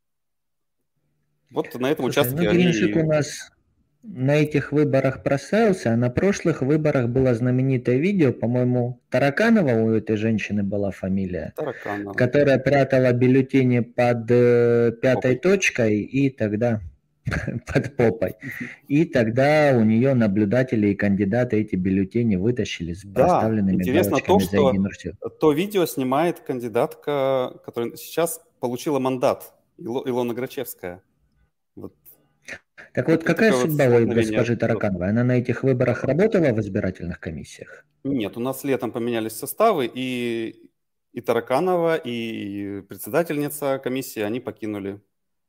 Вот на этом участке Гринчик у нас на этих выборах прославился, а на прошлых выборах было знаменитое видео, по-моему, Тараканова у этой женщины была фамилия, Тараканова, которая прятала бюллетени под пятой точкой и тогда под попой. И тогда у нее наблюдатели и кандидаты эти бюллетени вытащили с проставленными галочками за Единую Россию. То видео снимает кандидатка, которая сейчас получила мандат, Илона Грачевская. Вот. Так вот, какая судьба у госпожи Таракановой? Она на этих выборах работала в избирательных комиссиях? Нет, у нас летом поменялись составы, и Тараканова, и председательница комиссии, они покинули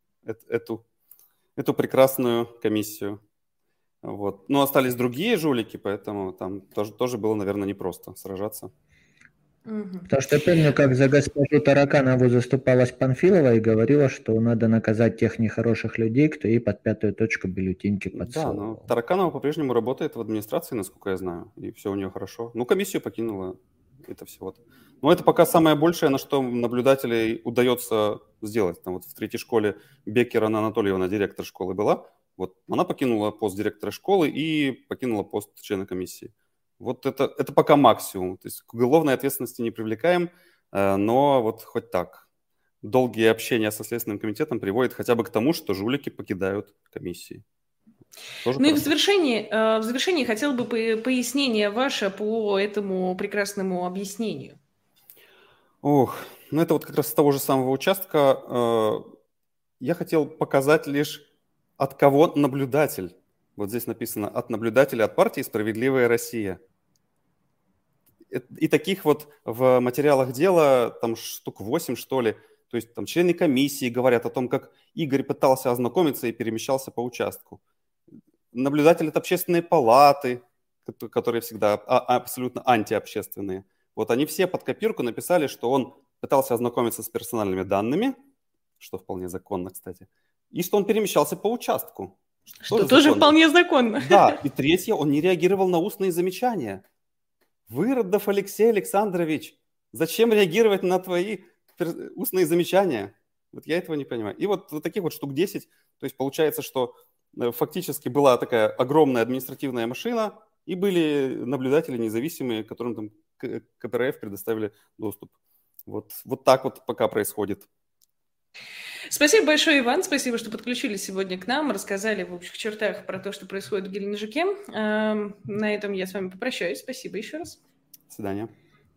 эту прекрасную комиссию. Вот. Но остались другие жулики, поэтому там тоже было, наверное, непросто сражаться. Потому что я помню, как за госпожу Тараканову заступалась Панфилова и говорила, что надо наказать тех нехороших людей, кто ей под пятую точку бюллетеньки подсовывал. Да, но Тараканова по-прежнему работает в администрации, насколько я знаю, и все у нее хорошо. Ну, комиссию покинула, это всего. Но это пока самое большее, на что наблюдателей удается сделать. Там вот в третьей школе Беккер Анна Анатольевна, директор школы была, вот она покинула пост директора школы и покинула пост члена комиссии. Вот это пока максимум. То есть к уголовной ответственности не привлекаем, но вот хоть так. Долгие общения со Следственным комитетом приводят хотя бы к тому, что жулики покидают комиссии. Тоже ну и в завершении хотел бы пояснение ваше по этому прекрасному объяснению. Ну это вот как раз с того же самого участка. Я хотел показать лишь, от кого наблюдатель. Вот здесь написано «от наблюдателя от партии «Справедливая Россия». И таких вот в материалах дела там штук 8, что ли. То есть там члены комиссии говорят о том, как Игорь пытался ознакомиться и перемещался по участку. Наблюдатель от общественной палаты, которые всегда абсолютно антиобщественные. Вот они все под копирку написали, что он пытался ознакомиться с персональными данными, что вполне законно, кстати, и что он перемещался по участку. Что тоже вполне законно. Да, и третье, он не реагировал на устные замечания. Выродов Алексей Александрович, зачем реагировать на твои устные замечания? Вот я этого не понимаю. И вот таких вот штук 10. То есть получается, что фактически была такая огромная административная машина, и были наблюдатели независимые, которым там КПРФ предоставили доступ. Вот так вот пока происходит. Спасибо большое, Иван. Спасибо, что подключились сегодня к нам, рассказали в общих чертах про то, что происходит в Геленджике. На этом я с вами попрощаюсь. Спасибо еще раз. До свидания.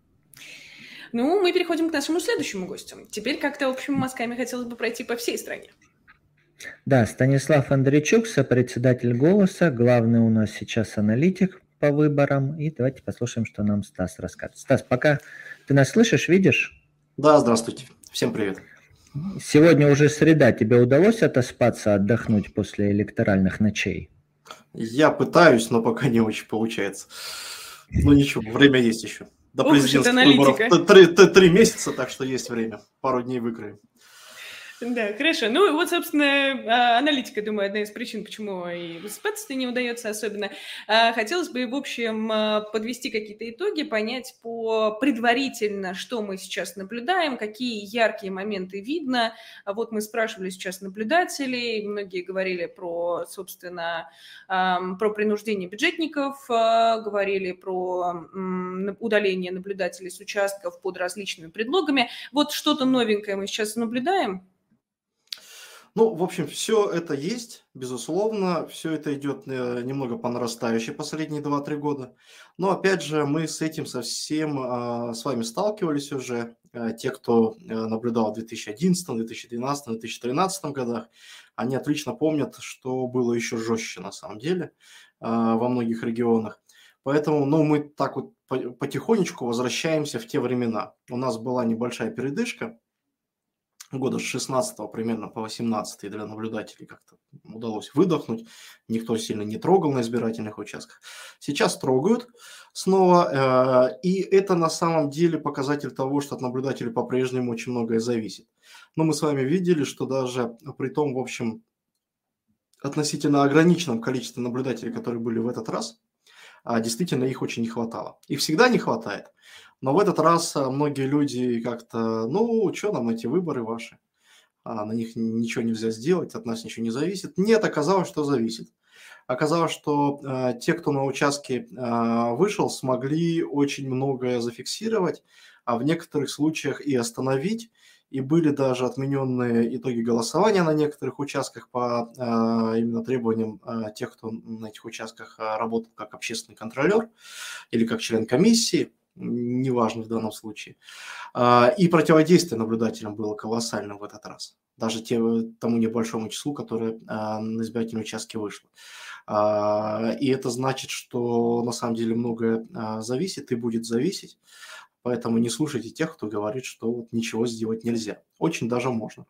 Ну, мы переходим к нашему следующему гостю. Теперь как-то общими мазками хотелось бы пройти по всей стране. Да, Станислав Андрейчук, сопредседатель «Голоса», главный у нас сейчас аналитик по выборам. И давайте послушаем, что нам Стас расскажет. Стас, пока ты нас слышишь, видишь? Да, здравствуйте. Всем привет. Сегодня уже среда. Тебе удалось отоспаться, отдохнуть после электоральных ночей? Я пытаюсь, но пока не очень получается. Ну ничего, время есть еще. До президентских выборов 3 месяца, так что есть время. Пару дней выкроем. Да, хорошо. Ну, и вот, собственно, аналитика, думаю, одна из причин, почему и высыпаться не удается особенно. Хотелось бы, в общем, подвести какие-то итоги, понять предварительно, что мы сейчас наблюдаем, какие яркие моменты видно. Вот мы спрашивали сейчас наблюдателей, многие говорили про, собственно, про принуждение бюджетников, говорили про удаление наблюдателей с участков под различными предлогами. Вот что-то новенькое мы сейчас наблюдаем. Ну, в общем, все это есть, безусловно, все это идет немного по нарастающей последние 2-3 года. Но, опять же, мы с этим совсем с вами сталкивались уже. Те, кто наблюдал в 2011, 2012, 2013 годах, они отлично помнят, что было еще жестче на самом деле во многих регионах. Поэтому, ну, мы так вот потихонечку возвращаемся в те времена. У нас была небольшая передышка. Года с 16 примерно по 18 для наблюдателей как-то удалось выдохнуть. Никто сильно не трогал на избирательных участках. Сейчас трогают снова. И это на самом деле показатель того, что от наблюдателей по-прежнему очень многое зависит. Но мы с вами видели, что даже при том, в общем, относительно ограниченном количестве наблюдателей, которые были в этот раз, действительно их очень не хватало. Их всегда не хватает. Но в этот раз многие люди как-то, ну, что нам эти выборы ваши? На них ничего нельзя сделать, от нас ничего не зависит. Нет, оказалось, что зависит. Оказалось, что те, кто на участке вышел, смогли очень многое зафиксировать, а в некоторых случаях и остановить. И были даже отмененные итоги голосования на некоторых участках по именно требованиям тех, кто на этих участках работал как общественный контролер или как член комиссии. Неважно в данном случае. И противодействие наблюдателям было колоссальным в этот раз. Даже тому небольшому числу, которое на избирательном участке вышло. И это значит, что на самом деле многое зависит и будет зависеть. Поэтому не слушайте тех, кто говорит, что ничего сделать нельзя. Очень даже можно.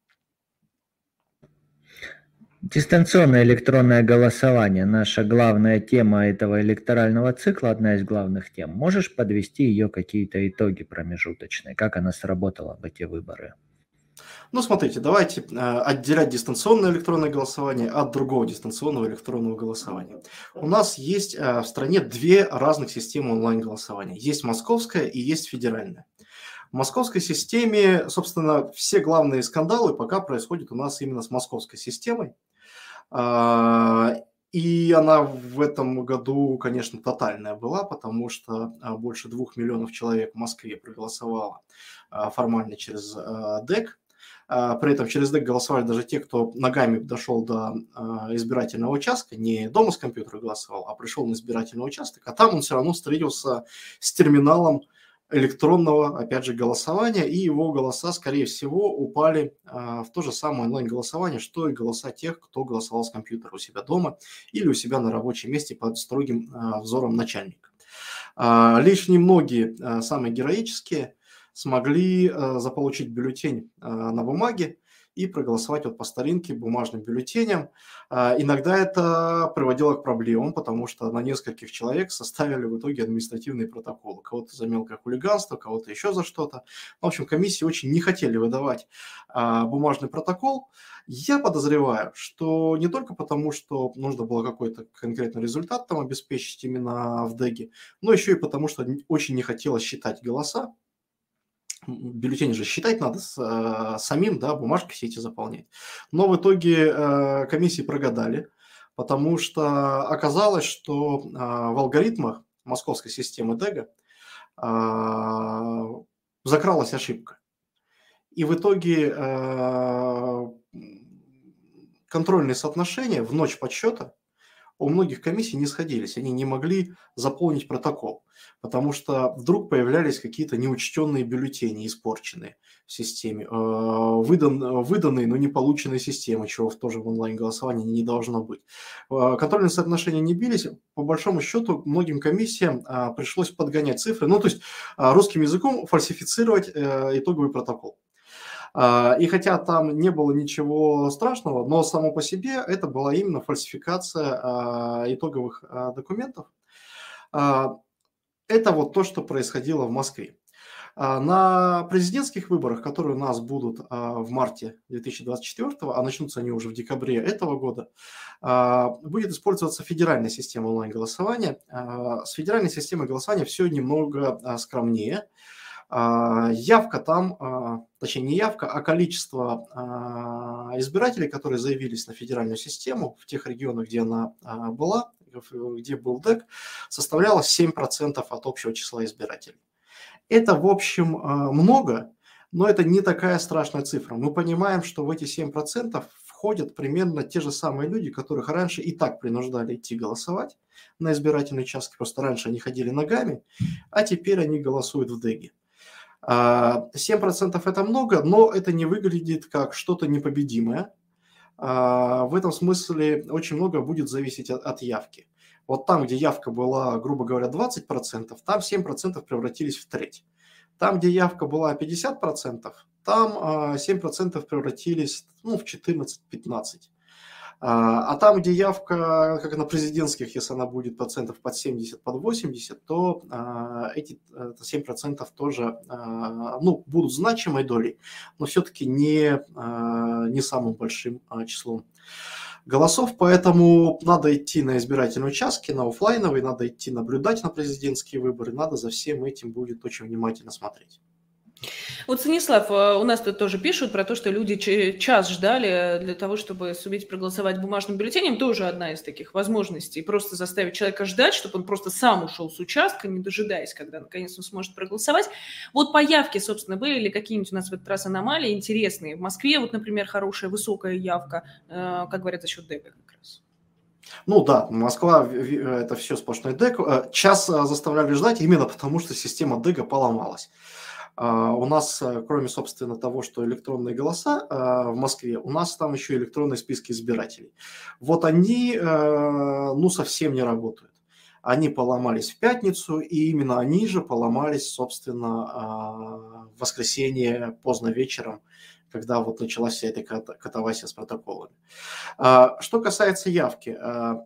Дистанционное электронное голосование – наша главная тема этого электорального цикла, одна из главных тем. Можешь подвести ее какие-то итоги промежуточные? Как она сработала в эти выборы? Ну, смотрите, давайте отделять дистанционное электронное голосование от другого дистанционного электронного голосования. У нас есть в стране 2 разных системы онлайн-голосования. Есть московская и есть федеральная. В московской системе, собственно, все главные скандалы пока происходят у нас именно с московской системой. И она в этом году, конечно, тотальная была, потому что больше 2 миллионов человек в Москве проголосовало формально через ДЭК. При этом через ДЭК голосовали даже те, кто ногами дошел до избирательного участка, не дома с компьютера голосовал, а пришел на избирательный участок, а там он все равно встретился с терминалом электронного, опять же, голосования, и его голоса, скорее всего, упали в то же самое онлайн-голосование, что и голоса тех, кто голосовал с компьютера у себя дома или у себя на рабочем месте под строгим взором начальника. Лишь немногие, самые героические, смогли заполучить бюллетень на бумаге и проголосовать вот по старинке бумажным бюллетеням. Иногда это приводило к проблемам, потому что на нескольких человек составили в итоге административные протоколы. Кого-то за мелкое хулиганство, кого-то еще за что-то. В общем, комиссии очень не хотели выдавать бумажный протокол. Я подозреваю, что не только потому, что нужно было какой-то конкретный результат там обеспечить именно в ДЭГе, но еще и потому, что очень не хотелось считать голоса. Бюллетени же считать надо самим, да, бумажки все эти заполнять. Но в итоге комиссии прогадали, потому что оказалось, что в алгоритмах московской системы ДЭГа закралась ошибка. И в итоге контрольные соотношения в ночь подсчета у многих комиссий не сходились, они не могли заполнить протокол, потому что вдруг появлялись какие-то неучтенные бюллетени, испорченные в системе, выданные, но не полученные системы, чего тоже в онлайн-голосовании не должно быть. Контрольные соотношения не бились, по большому счету многим комиссиям пришлось подгонять цифры, ну то есть русским языком фальсифицировать итоговый протокол. И хотя там не было ничего страшного, но само по себе это была именно фальсификация итоговых документов. Это вот то, что происходило в Москве. На президентских выборах, которые у нас будут в марте 2024, а начнутся они уже в декабре этого года, будет использоваться федеральная система онлайн-голосования. С федеральной системой голосования все немного скромнее. Явка там, точнее не явка, а количество избирателей, которые заявились на федеральную систему в тех регионах, где она была, где был ДЭК, составляло 7% от общего числа избирателей. Это, в общем, много, но это не такая страшная цифра. Мы понимаем, что в эти 7% входят примерно те же самые люди, которых раньше и так принуждали идти голосовать на избирательные участки, просто раньше они ходили ногами, а теперь они голосуют в ДЭГе. 7% это много, но это не выглядит как что-то непобедимое. В этом смысле очень много будет зависеть от явки. Вот там, где явка была, грубо говоря, 20%, там 7% превратились в треть. Там, где явка была 50%, там 7% превратились в 14-15%. А там, где явка, как на президентских, если она будет процентов под 70, под 80, то эти 7% тоже будут значимой долей, но все-таки не самым большим числом голосов. Поэтому надо идти на избирательные участки, на офлайновые, надо идти наблюдать на президентские выборы, надо за всем этим будет очень внимательно смотреть. Вот, Станислав, у нас тут тоже пишут про то, что люди час ждали для того, чтобы суметь проголосовать бумажным бюллетенем. Тоже одна из таких возможностей. Просто заставить человека ждать, чтобы он просто сам ушел с участка, не дожидаясь, когда наконец он сможет проголосовать. Вот по явке, собственно, были ли какие-нибудь у нас в этот раз аномалии интересные? В Москве, вот, например, хорошая, высокая явка, как говорят, за счет ДЭКа как раз. Ну да, Москва – это все сплошной ДЭК. Час заставляли ждать именно потому, что система ДЭКа поломалась. У нас, кроме, собственно, того, что электронные голоса в Москве, у нас там еще электронные списки избирателей. Вот они, совсем не работают. Они поломались в пятницу, и именно они же поломались, собственно, в воскресенье поздно вечером, когда вот началась вся эта катавасия с протоколами. Что касается явки,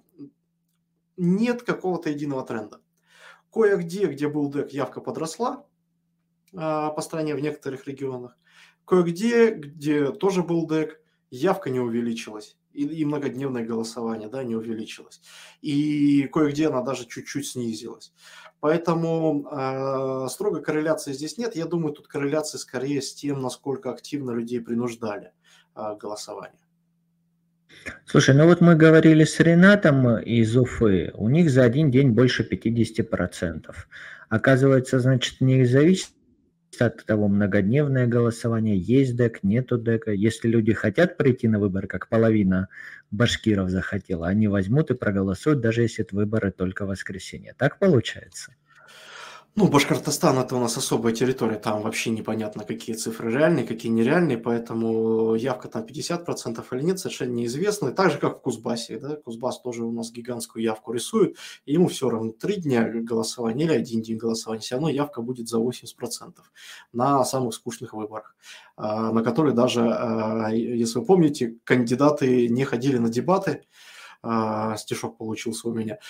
нет какого-то единого тренда. Кое-где, где был ДЭК, явка подросла по стране в некоторых регионах. Кое-где, где тоже был ДЭК, явка не увеличилась. И многодневное голосование не увеличилось. И кое-где она даже чуть-чуть снизилась. Поэтому строгой корреляции здесь нет. Я думаю, тут корреляция скорее с тем, насколько активно людей принуждали к голосованию. Слушай, вот мы говорили с Ренатом из Уфы, у них за один день больше 50%. Оказывается, значит, не зависит от того, многодневное голосование, есть ДЭК, нету ДЭКа. Если люди хотят прийти на выборы, как половина башкиров захотела, они возьмут и проголосуют, даже если это выборы только в воскресенье. Так получается? Башкортостан – это у нас особая территория, там вообще непонятно, какие цифры реальные, какие нереальные, поэтому явка там 50% или нет, совершенно неизвестно. Так же, как в Кузбассе, Кузбасс тоже у нас гигантскую явку рисует, и ему все равно 3 дня голосования или 1 день голосования, все равно явка будет за 80% на самых скучных выборах, на которые даже, если вы помните, кандидаты не ходили на дебаты, стишок получился у меня,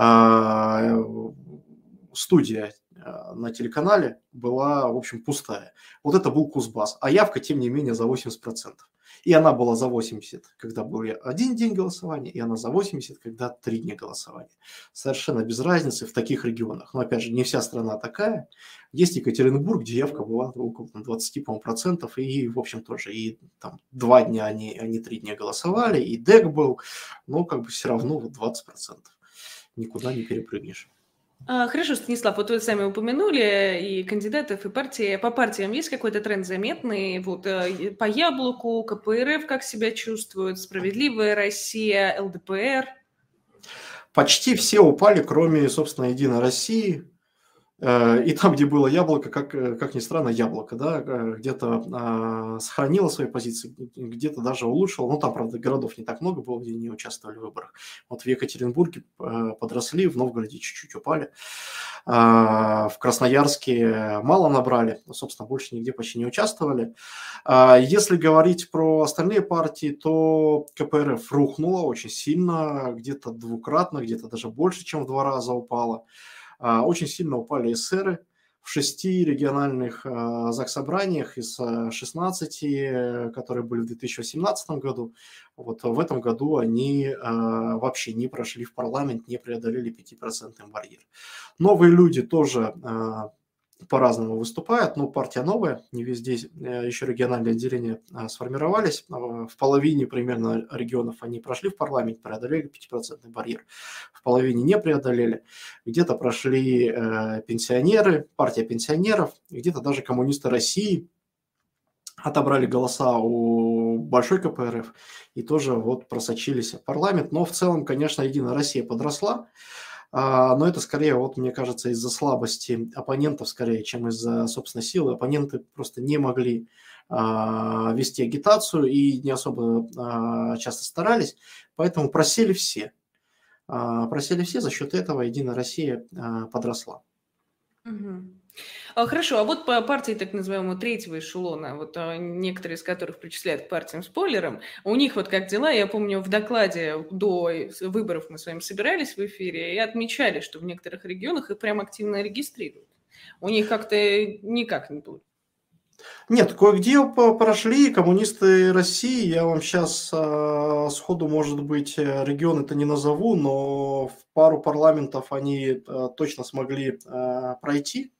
студия на телеканале была, в общем, пустая. Вот это был Кузбасс. А явка, тем не менее, за 80%. И она была за 80, когда был 1 день голосования, и она за 80, когда 3 дня голосования. Совершенно без разницы в таких регионах. Но, опять же, не вся страна такая. Есть Екатеринбург, где явка была около 20%, и, в общем, тоже и там 2 дня они 3 дня голосовали, и ДЭК был, но все равно 20%. Никуда не перепрыгнешь. Хорошо, Станислав, вот вы сами упомянули и кандидатов, и партии. По партиям есть какой-то тренд заметный? Вот по Яблоку, КПРФ как себя чувствуют, Справедливая Россия, ЛДПР? Почти все упали, кроме, собственно, Единой России. И там, где было Яблоко, как ни странно, Яблоко, да, где-то сохранило свои позиции, где-то даже улучшило. Ну, там, правда, городов не так много было, где не участвовали в выборах. Вот в Екатеринбурге подросли, в Новгороде чуть-чуть упали. В Красноярске мало набрали, собственно, больше нигде почти не участвовали. Если говорить про остальные партии, то КПРФ рухнула очень сильно, где-то двукратно, где-то даже больше, чем в 2 раза упала. Очень сильно упали эсеры. В 6 региональных заксобраниях из 16, которые были в 2018 году, вот в этом году они вообще не прошли в парламент, не преодолели 5% барьер. Новые люди тоже по-разному выступают, но партия новая, не везде еще региональные отделения сформировались. В половине примерно регионов они прошли в парламент, преодолели 5% барьер. В половине не преодолели. Где-то прошли пенсионеры, партия пенсионеров, где-то даже коммунисты России отобрали голоса у большой КПРФ и тоже вот просочились в парламент. Но в целом, конечно, Единая Россия подросла. Но это скорее, вот мне кажется, из-за слабости оппонентов, скорее, чем из-за собственной силы. Оппоненты просто не могли вести агитацию и не особо часто старались, поэтому просели все. За счет этого Единая Россия подросла. Хорошо, а вот по партии так называемого третьего эшелона, вот некоторые из которых причисляют к партиям-спойлерам, у них вот как дела? Я помню, в докладе до выборов мы с вами собирались в эфире и отмечали, что в некоторых регионах их прям активно регистрируют. У них как-то никак не будет. Нет, кое-где прошли коммунисты России. Я вам сейчас сходу, может быть, регионы-то не назову, но в пару парламентов они точно смогли пройти.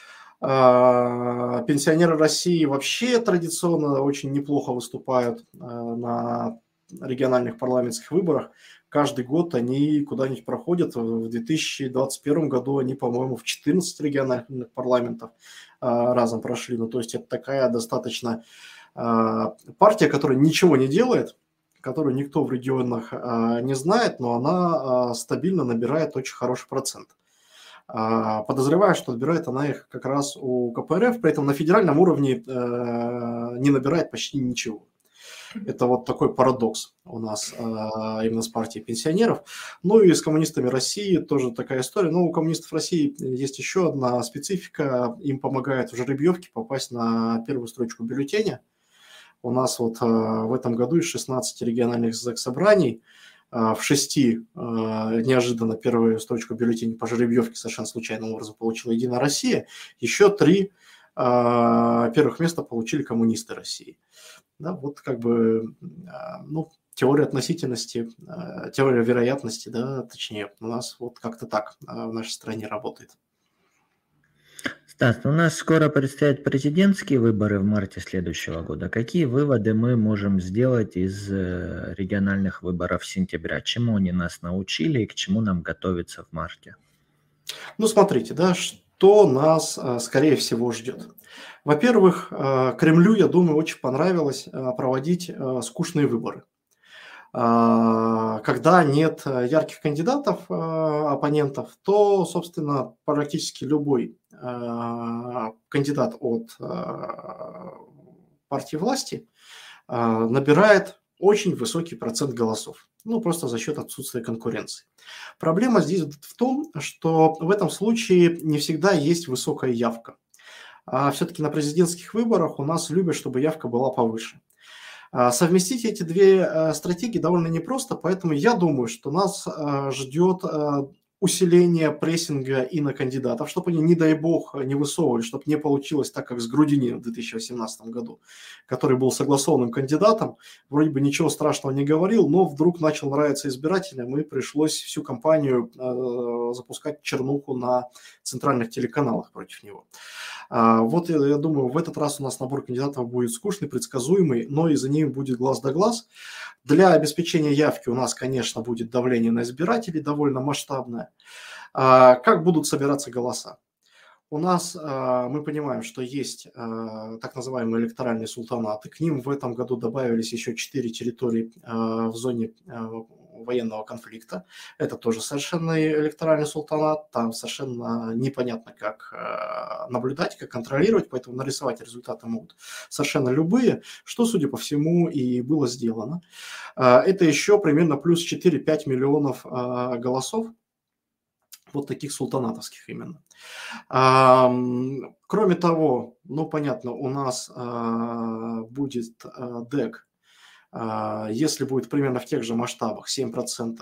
Пенсионеры России вообще традиционно очень неплохо выступают на региональных парламентских выборах. Каждый год они куда-нибудь проходят. В 2021 году они, по-моему, в 14 региональных парламентов разом прошли. Ну, то есть это такая достаточно партия, которая ничего не делает, которую никто в регионах не знает, но она стабильно набирает очень хороший процент. Подозреваю, что отбирает она их как раз у КПРФ, при этом на федеральном уровне не набирает почти ничего. Это вот такой парадокс у нас именно с партией пенсионеров. Ну и с коммунистами России тоже такая история. Но у коммунистов России есть еще одна специфика. Им помогает в жеребьевке попасть на первую строчку бюллетеня. У нас вот в этом году из 16 региональных заксобраний в 6 неожиданно первую строчку бюллетеней по жеребьевке совершенно случайным образом получила Единая Россия. Еще 3 первых места получили коммунисты России. Да, вот как бы, ну, теория относительности, теория вероятности, да, точнее, у нас вот как-то так в нашей стране работает. Стас, у нас скоро предстоят президентские выборы в марте следующего года. Какие выводы мы можем сделать из региональных выборов сентября? Чему они нас научили и к чему нам готовиться в марте? Ну, смотрите, да, что нас, скорее всего, ждет. Во-первых, Кремлю, я думаю, очень понравилось проводить скучные выборы. Когда нет ярких кандидатов, оппонентов, то, собственно, практически любой кандидат от партии власти набирает очень высокий процент голосов. Ну, просто за счет отсутствия конкуренции. Проблема здесь в том, что в этом случае не всегда есть высокая явка. А все-таки на президентских выборах у нас любят, чтобы явка была повыше. Совместить эти две стратегии довольно непросто, поэтому я думаю, что нас ждет усиление прессинга и на кандидатов, чтобы они, не дай бог, не высовывали, чтобы не получилось так, как с Грудининым в 2018 году, который был согласованным кандидатом, вроде бы ничего страшного не говорил, но вдруг начал нравиться избирателям, и пришлось всю кампанию запускать чернуху на центральных телеканалах против него. Вот я думаю, в этот раз у нас набор кандидатов будет скучный, предсказуемый, но и за ним будет глаз да глаз. Для обеспечения явки у нас, конечно, будет давление на избирателей довольно масштабное. Как будут собираться голоса? У нас, мы понимаем, что есть так называемые электоральные султанаты. К ним в этом году добавились еще 4 территории в зоне военного конфликта. Это тоже совершенно электоральный султанат. Там совершенно непонятно, как наблюдать, как контролировать, поэтому нарисовать результаты могут совершенно любые, что, судя по всему, и было сделано. Это еще примерно плюс 4-5 миллионов голосов. Вот таких султанатовских именно. Кроме того, ну, понятно, у нас будет ДЭК, если будет примерно в тех же масштабах, 7%,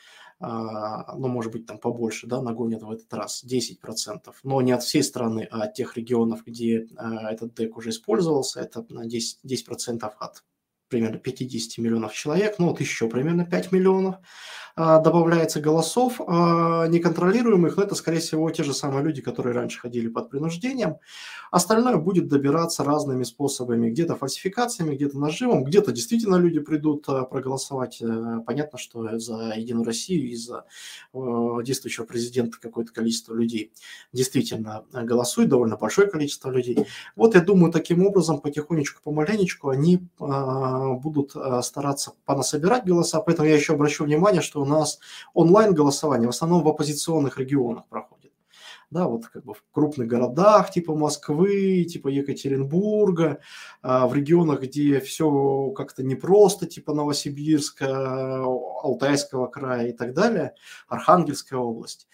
ну, может быть, там побольше, да, нагонят в этот раз 10%, но не от всей страны, а от тех регионов, где этот ДЭК уже использовался, это на 10% от примерно 50 миллионов человек, ну, вот еще примерно 5 миллионов добавляется голосов неконтролируемых, но это, скорее всего, те же самые люди, которые раньше ходили под принуждением. Остальное будет добираться разными способами, где-то фальсификациями, где-то нажимом, где-то действительно люди придут проголосовать. Понятно, что за Единую Россию и за действующего президента какое-то количество людей действительно голосует, довольно большое количество людей. Вот я думаю, таким образом, потихонечку, помаленечку они будут стараться понасобирать голоса, поэтому я еще обращу внимание, что у нас онлайн-голосование в основном в оппозиционных регионах проходит. Да, вот как бы в крупных городах типа Москвы, типа Екатеринбурга, в регионах, где все как-то непросто, типа Новосибирска, Алтайского края и так далее, Архангельская область.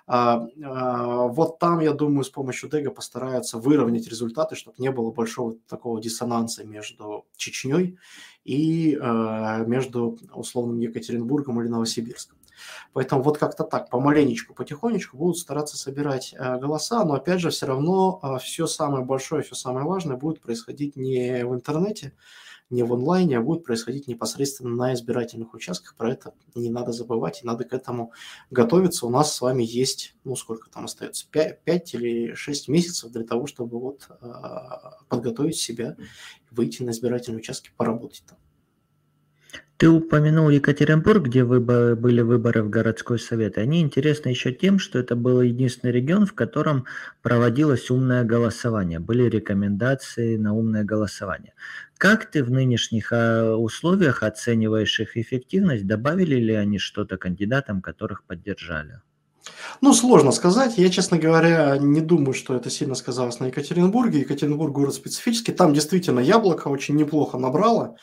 Вот там, я думаю, с помощью ДЭГа постараются выровнять результаты, чтобы не было большого такого диссонанса между Чечней и между условным Екатеринбургом или Новосибирском. Поэтому вот как-то так, помаленечку, потихонечку будут стараться собирать голоса, но опять же все равно все самое большое, все самое важное будет происходить не в интернете, не в онлайне, а будет происходить непосредственно на избирательных участках. Про это не надо забывать, и надо к этому готовиться. У нас с вами есть, ну сколько там остается, 5 или 6 месяцев для того, чтобы вот подготовить себя, выйти на избирательные участки, поработать там. Ты упомянул Екатеринбург, где были выборы в городской совет. Они интересны еще тем, что это был единственный регион, в котором проводилось умное голосование. Были рекомендации на умное голосование. Как ты в нынешних условиях оцениваешь их эффективность? Добавили ли они что-то кандидатам, которых поддержали? Ну, сложно сказать. Я, честно говоря, не думаю, что это сильно сказалось на Екатеринбурге. Екатеринбург город специфический. Там действительно Яблоко очень неплохо набрало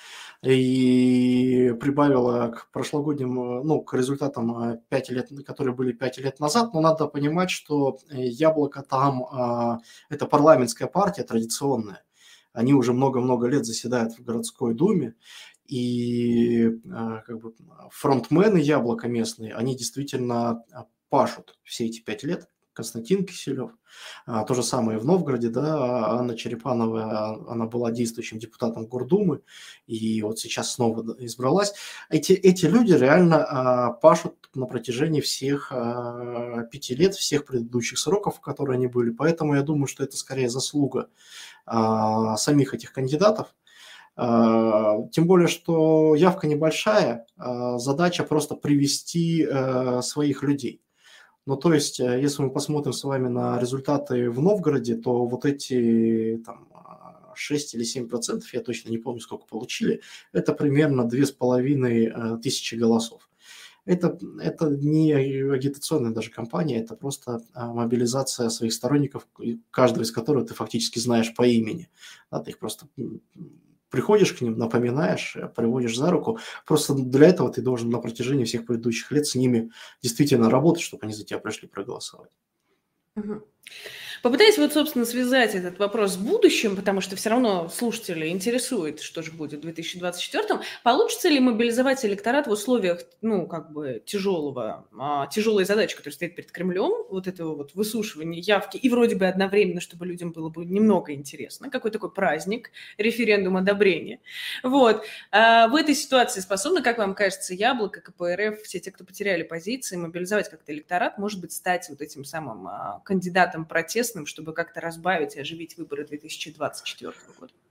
и прибавила к прошлогодним, ну, к результатам 5 лет, которые были 5 лет назад. Но надо понимать, что Яблоко там это парламентская партия традиционная. Они уже много-много лет заседают в городской думе. И как бы фронтмены Яблока местные, они действительно пашут все эти 5 лет. Константин Киселев. То же самое в Новгороде, да, Анна Черепанова, она была действующим депутатом Гордумы, и вот сейчас снова избралась. Эти люди реально пашут на протяжении всех 5 лет, всех предыдущих сроков, в которые они были, поэтому я думаю, что это скорее заслуга самих этих кандидатов. Тем более, что явка небольшая, задача просто привести своих людей. Ну, то есть, если мы посмотрим с вами на результаты в Новгороде, то вот эти там, 6 или 7%, я точно не помню, сколько получили, это примерно 2500 голосов. Это не агитационная даже кампания, это просто мобилизация своих сторонников, каждого из которых ты фактически знаешь по имени. Да, ты их просто приходишь к ним, напоминаешь, приводишь за руку. Просто для этого ты должен на протяжении всех предыдущих лет с ними действительно работать, чтобы они за тебя пришли проголосовать. Угу. Попытаюсь вот, собственно, связать этот вопрос с будущим, потому что все равно слушателей интересует, что же будет в 2024-м. Получится ли мобилизовать электорат в условиях, ну, как бы тяжелой задачи, которая стоит перед Кремлем, вот этого вот высушивания явки, и вроде бы одновременно, чтобы людям было бы немного интересно, какой такой праздник, референдум одобрения. Вот. В этой ситуации способны, как вам кажется, Яблоко, КПРФ, все те, кто потеряли позиции, мобилизовать как-то электорат, может быть, стать вот этим самым кандидатом протестным, чтобы как-то разбавить и оживить выборы 2024 года?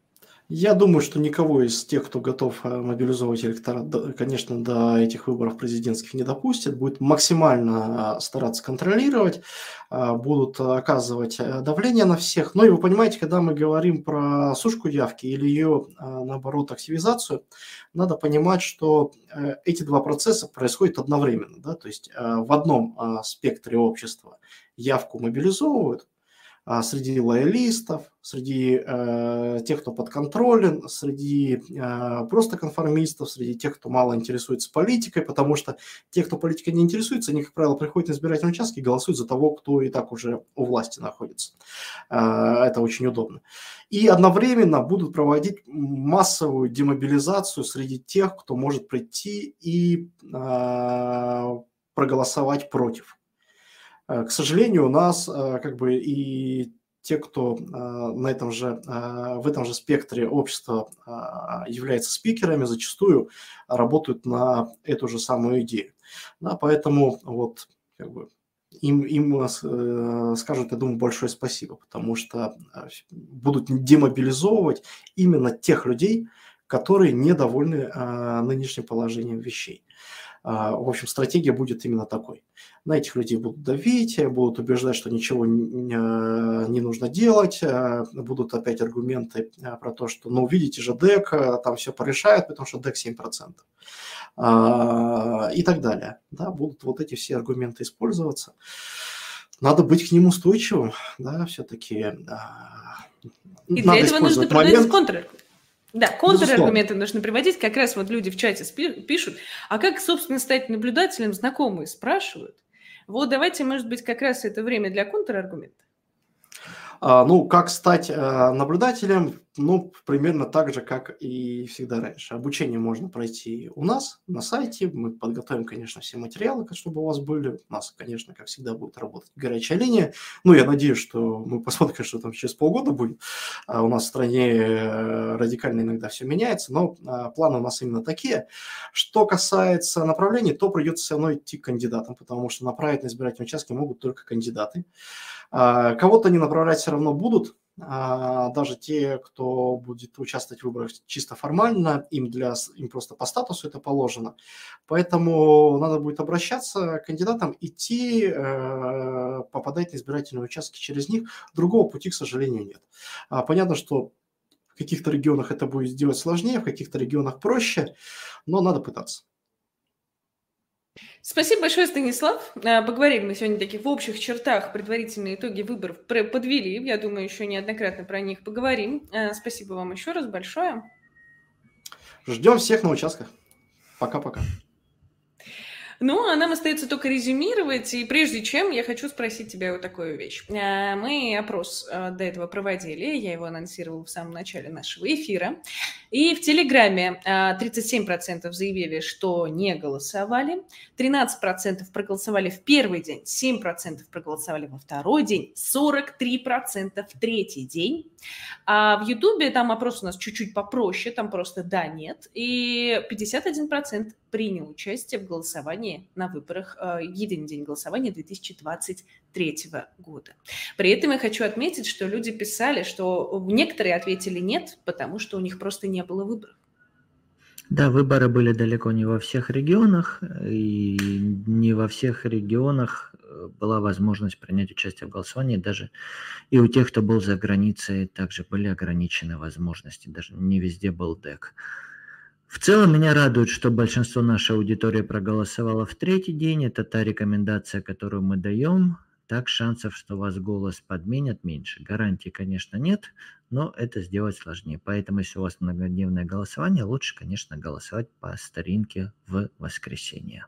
Я думаю, что никого из тех, кто готов мобилизовывать электорат, конечно, до этих выборов президентских не допустят. Будет максимально стараться контролировать, будут оказывать давление на всех. Ну и вы понимаете, когда мы говорим про сушку явки или ее, наоборот, активизацию, надо понимать, что эти два процесса происходят одновременно. Да? То есть в одном спектре общества явку мобилизовывают, среди лоялистов, среди тех, кто подконтролен, среди просто конформистов, среди тех, кто мало интересуется политикой, потому что те, кто политикой не интересуется, они, как правило, приходят на избирательные участки и голосуют за того, кто и так уже у власти находится. Это очень удобно. И одновременно будут проводить массовую демобилизацию среди тех, кто может прийти и проголосовать против. К сожалению, у нас как бы и те, кто в этом же спектре общества являются спикерами, зачастую работают на эту же самую идею. Да, поэтому вот как бы им скажут, я думаю, большое спасибо, потому что будут демобилизовывать именно тех людей, которые недовольны нынешним положением вещей. В общем, стратегия будет именно такой. На этих людей будут давить, будут убеждать, что ничего не нужно делать, будут опять аргументы про то, что, ну, видите же, ДЭК там все порешает, потому что ДЭК 7%. И так далее. Да, будут вот эти все аргументы использоваться. Надо быть к ним устойчивым, да, все-таки. И для этого нужно проводить контраргументы. Да, контраргументы нужно приводить. Как раз вот люди в чате пишут, а как, собственно, стать наблюдателем, знакомые спрашивают. Вот давайте, может быть, как раз это время для контраргумента. Ну, как стать наблюдателем? Ну, примерно так же, как и всегда раньше. Обучение можно пройти у нас на сайте. Мы подготовим, конечно, все материалы, чтобы у вас были. У нас, конечно, как всегда, будет работать горячая линия. Ну, я надеюсь, что мы посмотрим, что там через полгода будет. У нас в стране радикально иногда все меняется, но планы у нас именно такие. Что касается направлений, то придется все равно идти к кандидатам, потому что направить на избирательные участки могут только кандидаты. Кого-то не направлять все равно будут, даже те, кто будет участвовать в выборах чисто формально, им просто по статусу это положено. Поэтому надо будет обращаться к кандидатам, идти, попадать на избирательные участки через них. Другого пути, к сожалению, нет. Понятно, что в каких-то регионах это будет сделать сложнее, в каких-то регионах проще, но надо пытаться. Спасибо большое, Станислав. Поговорили мы сегодня таких в общих чертах. Предварительные итоги выборов подвели. Я думаю, еще неоднократно про них поговорим. Спасибо вам еще раз большое. Ждем всех на участках. Пока-пока. Ну, а нам остается только резюмировать, и прежде чем я хочу спросить тебя вот такую вещь. Мы опрос до этого проводили, я его анонсировала в самом начале нашего эфира, и в Телеграме 37% заявили, что не голосовали, 13% проголосовали в первый день, 7% проголосовали во второй день, 43% в третий день. А в Ютубе там опрос у нас чуть-чуть попроще, там просто да, нет, и 51% принял участие в голосовании на выборах, единый день голосования 2023 года. При этом я хочу отметить, что люди писали, что некоторые ответили нет, потому что у них просто не было выборов. Да, выборы были далеко не во всех регионах, и не во всех регионах была возможность принять участие в голосовании. Даже и у тех, кто был за границей, также были ограничены возможности. Даже не везде был ДЭК. В целом меня радует, что большинство нашей аудитории проголосовало в третий день. Это та рекомендация, которую мы даем. Так шансов, что вас голос подменят, меньше. Гарантий, конечно, нет, но это сделать сложнее. Поэтому, если у вас многодневное голосование, лучше, конечно, голосовать по старинке в воскресенье.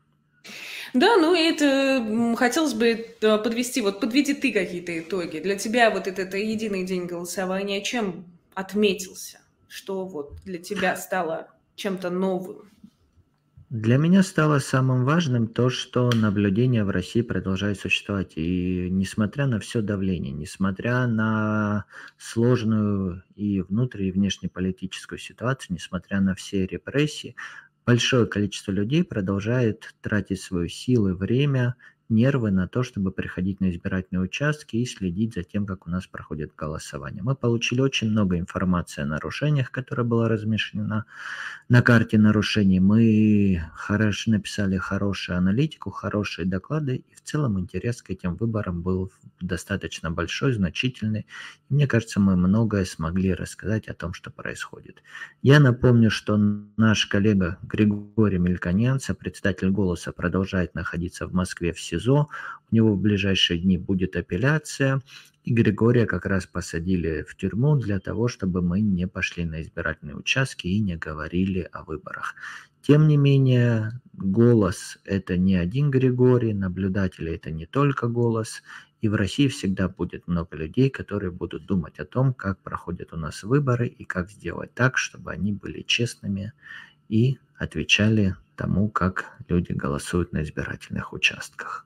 Да, ну и это хотелось бы подвести. Вот подведи ты какие-то итоги. Для тебя вот это единый день голосования чем отметился? Что вот для тебя стало чем-то новым? Для меня стало самым важным то, что наблюдение в России продолжает существовать. И несмотря на все давление, несмотря на сложную и внутреннюю, и внешнеполитическую ситуацию, несмотря на все репрессии, большое количество людей продолжает тратить свои силы, время нервы на то, чтобы приходить на избирательные участки и следить за тем, как у нас проходит голосование. Мы получили очень много информации о нарушениях, которая была размещена на карте нарушений. Мы написали хорошую аналитику, хорошие доклады, и в целом интерес к этим выборам был достаточно большой, значительный. И мне кажется, мы многое смогли рассказать о том, что происходит. Я напомню, что наш коллега Григорий Мельконян, председатель «Голоса», продолжает находиться в Москве в СИЗО. У него в ближайшие дни будет апелляция. И Григория как раз посадили в тюрьму для того, чтобы мы не пошли на избирательные участки и не говорили о выборах. Тем не менее, «Голос» – это не один Григорий, наблюдатели – это не только «Голос». И в России всегда будет много людей, которые будут думать о том, как проходят у нас выборы и как сделать так, чтобы они были честными и отвечали тому, как люди голосуют на избирательных участках.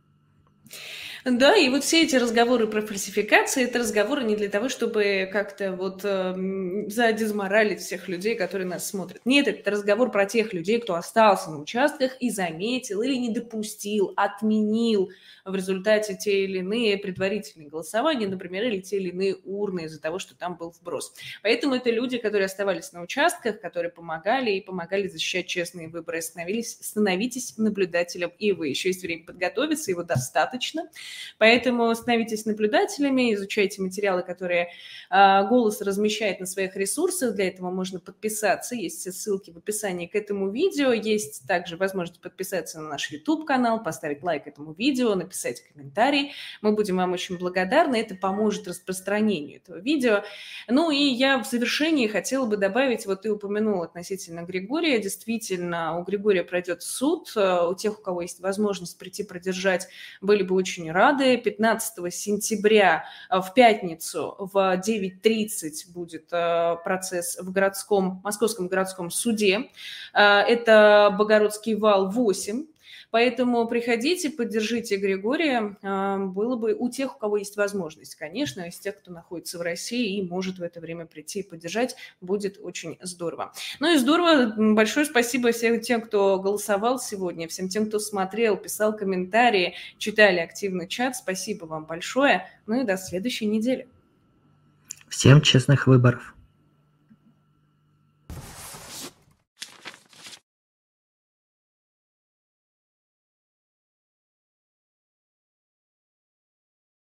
Да, и вот все эти разговоры про фальсификации, это разговоры не для того, чтобы как-то вот задизморалить всех людей, которые нас смотрят. Нет, это разговор про тех людей, кто остался на участках и заметил или не допустил, отменил в результате те или иные предварительные голосования, например, или те или иные урны из-за того, что там был вброс. Поэтому это люди, которые оставались на участках, которые помогали и помогали защищать честные выборы. Становитесь наблюдателем и вы. Еще есть время подготовиться, его достаточно. Поэтому становитесь наблюдателями, изучайте материалы, которые «Голос» размещает на своих ресурсах. Для этого можно подписаться. Есть все ссылки в описании к этому видео. Есть также возможность подписаться на наш YouTube-канал, поставить лайк этому видео, написать комментарий. Мы будем вам очень благодарны. Это поможет распространению этого видео. Ну и я в завершении хотела бы добавить, вот ты упомянул относительно Григория. Действительно, у Григория пройдет суд. У тех, у кого есть возможность прийти продержать, были бы очень рады. 15 сентября в пятницу в 9:30 будет процесс в Московском городском суде. Это Богородский вал 8. Поэтому приходите, поддержите Григория. Было бы у тех, у кого есть возможность, конечно, из тех, кто находится в России и может в это время прийти и поддержать, будет очень здорово. Ну и здорово, большое спасибо всем тем, кто голосовал сегодня, всем тем, кто смотрел, писал комментарии, читали активный чат. Спасибо вам большое. Ну и до следующей недели. Всем честных выборов.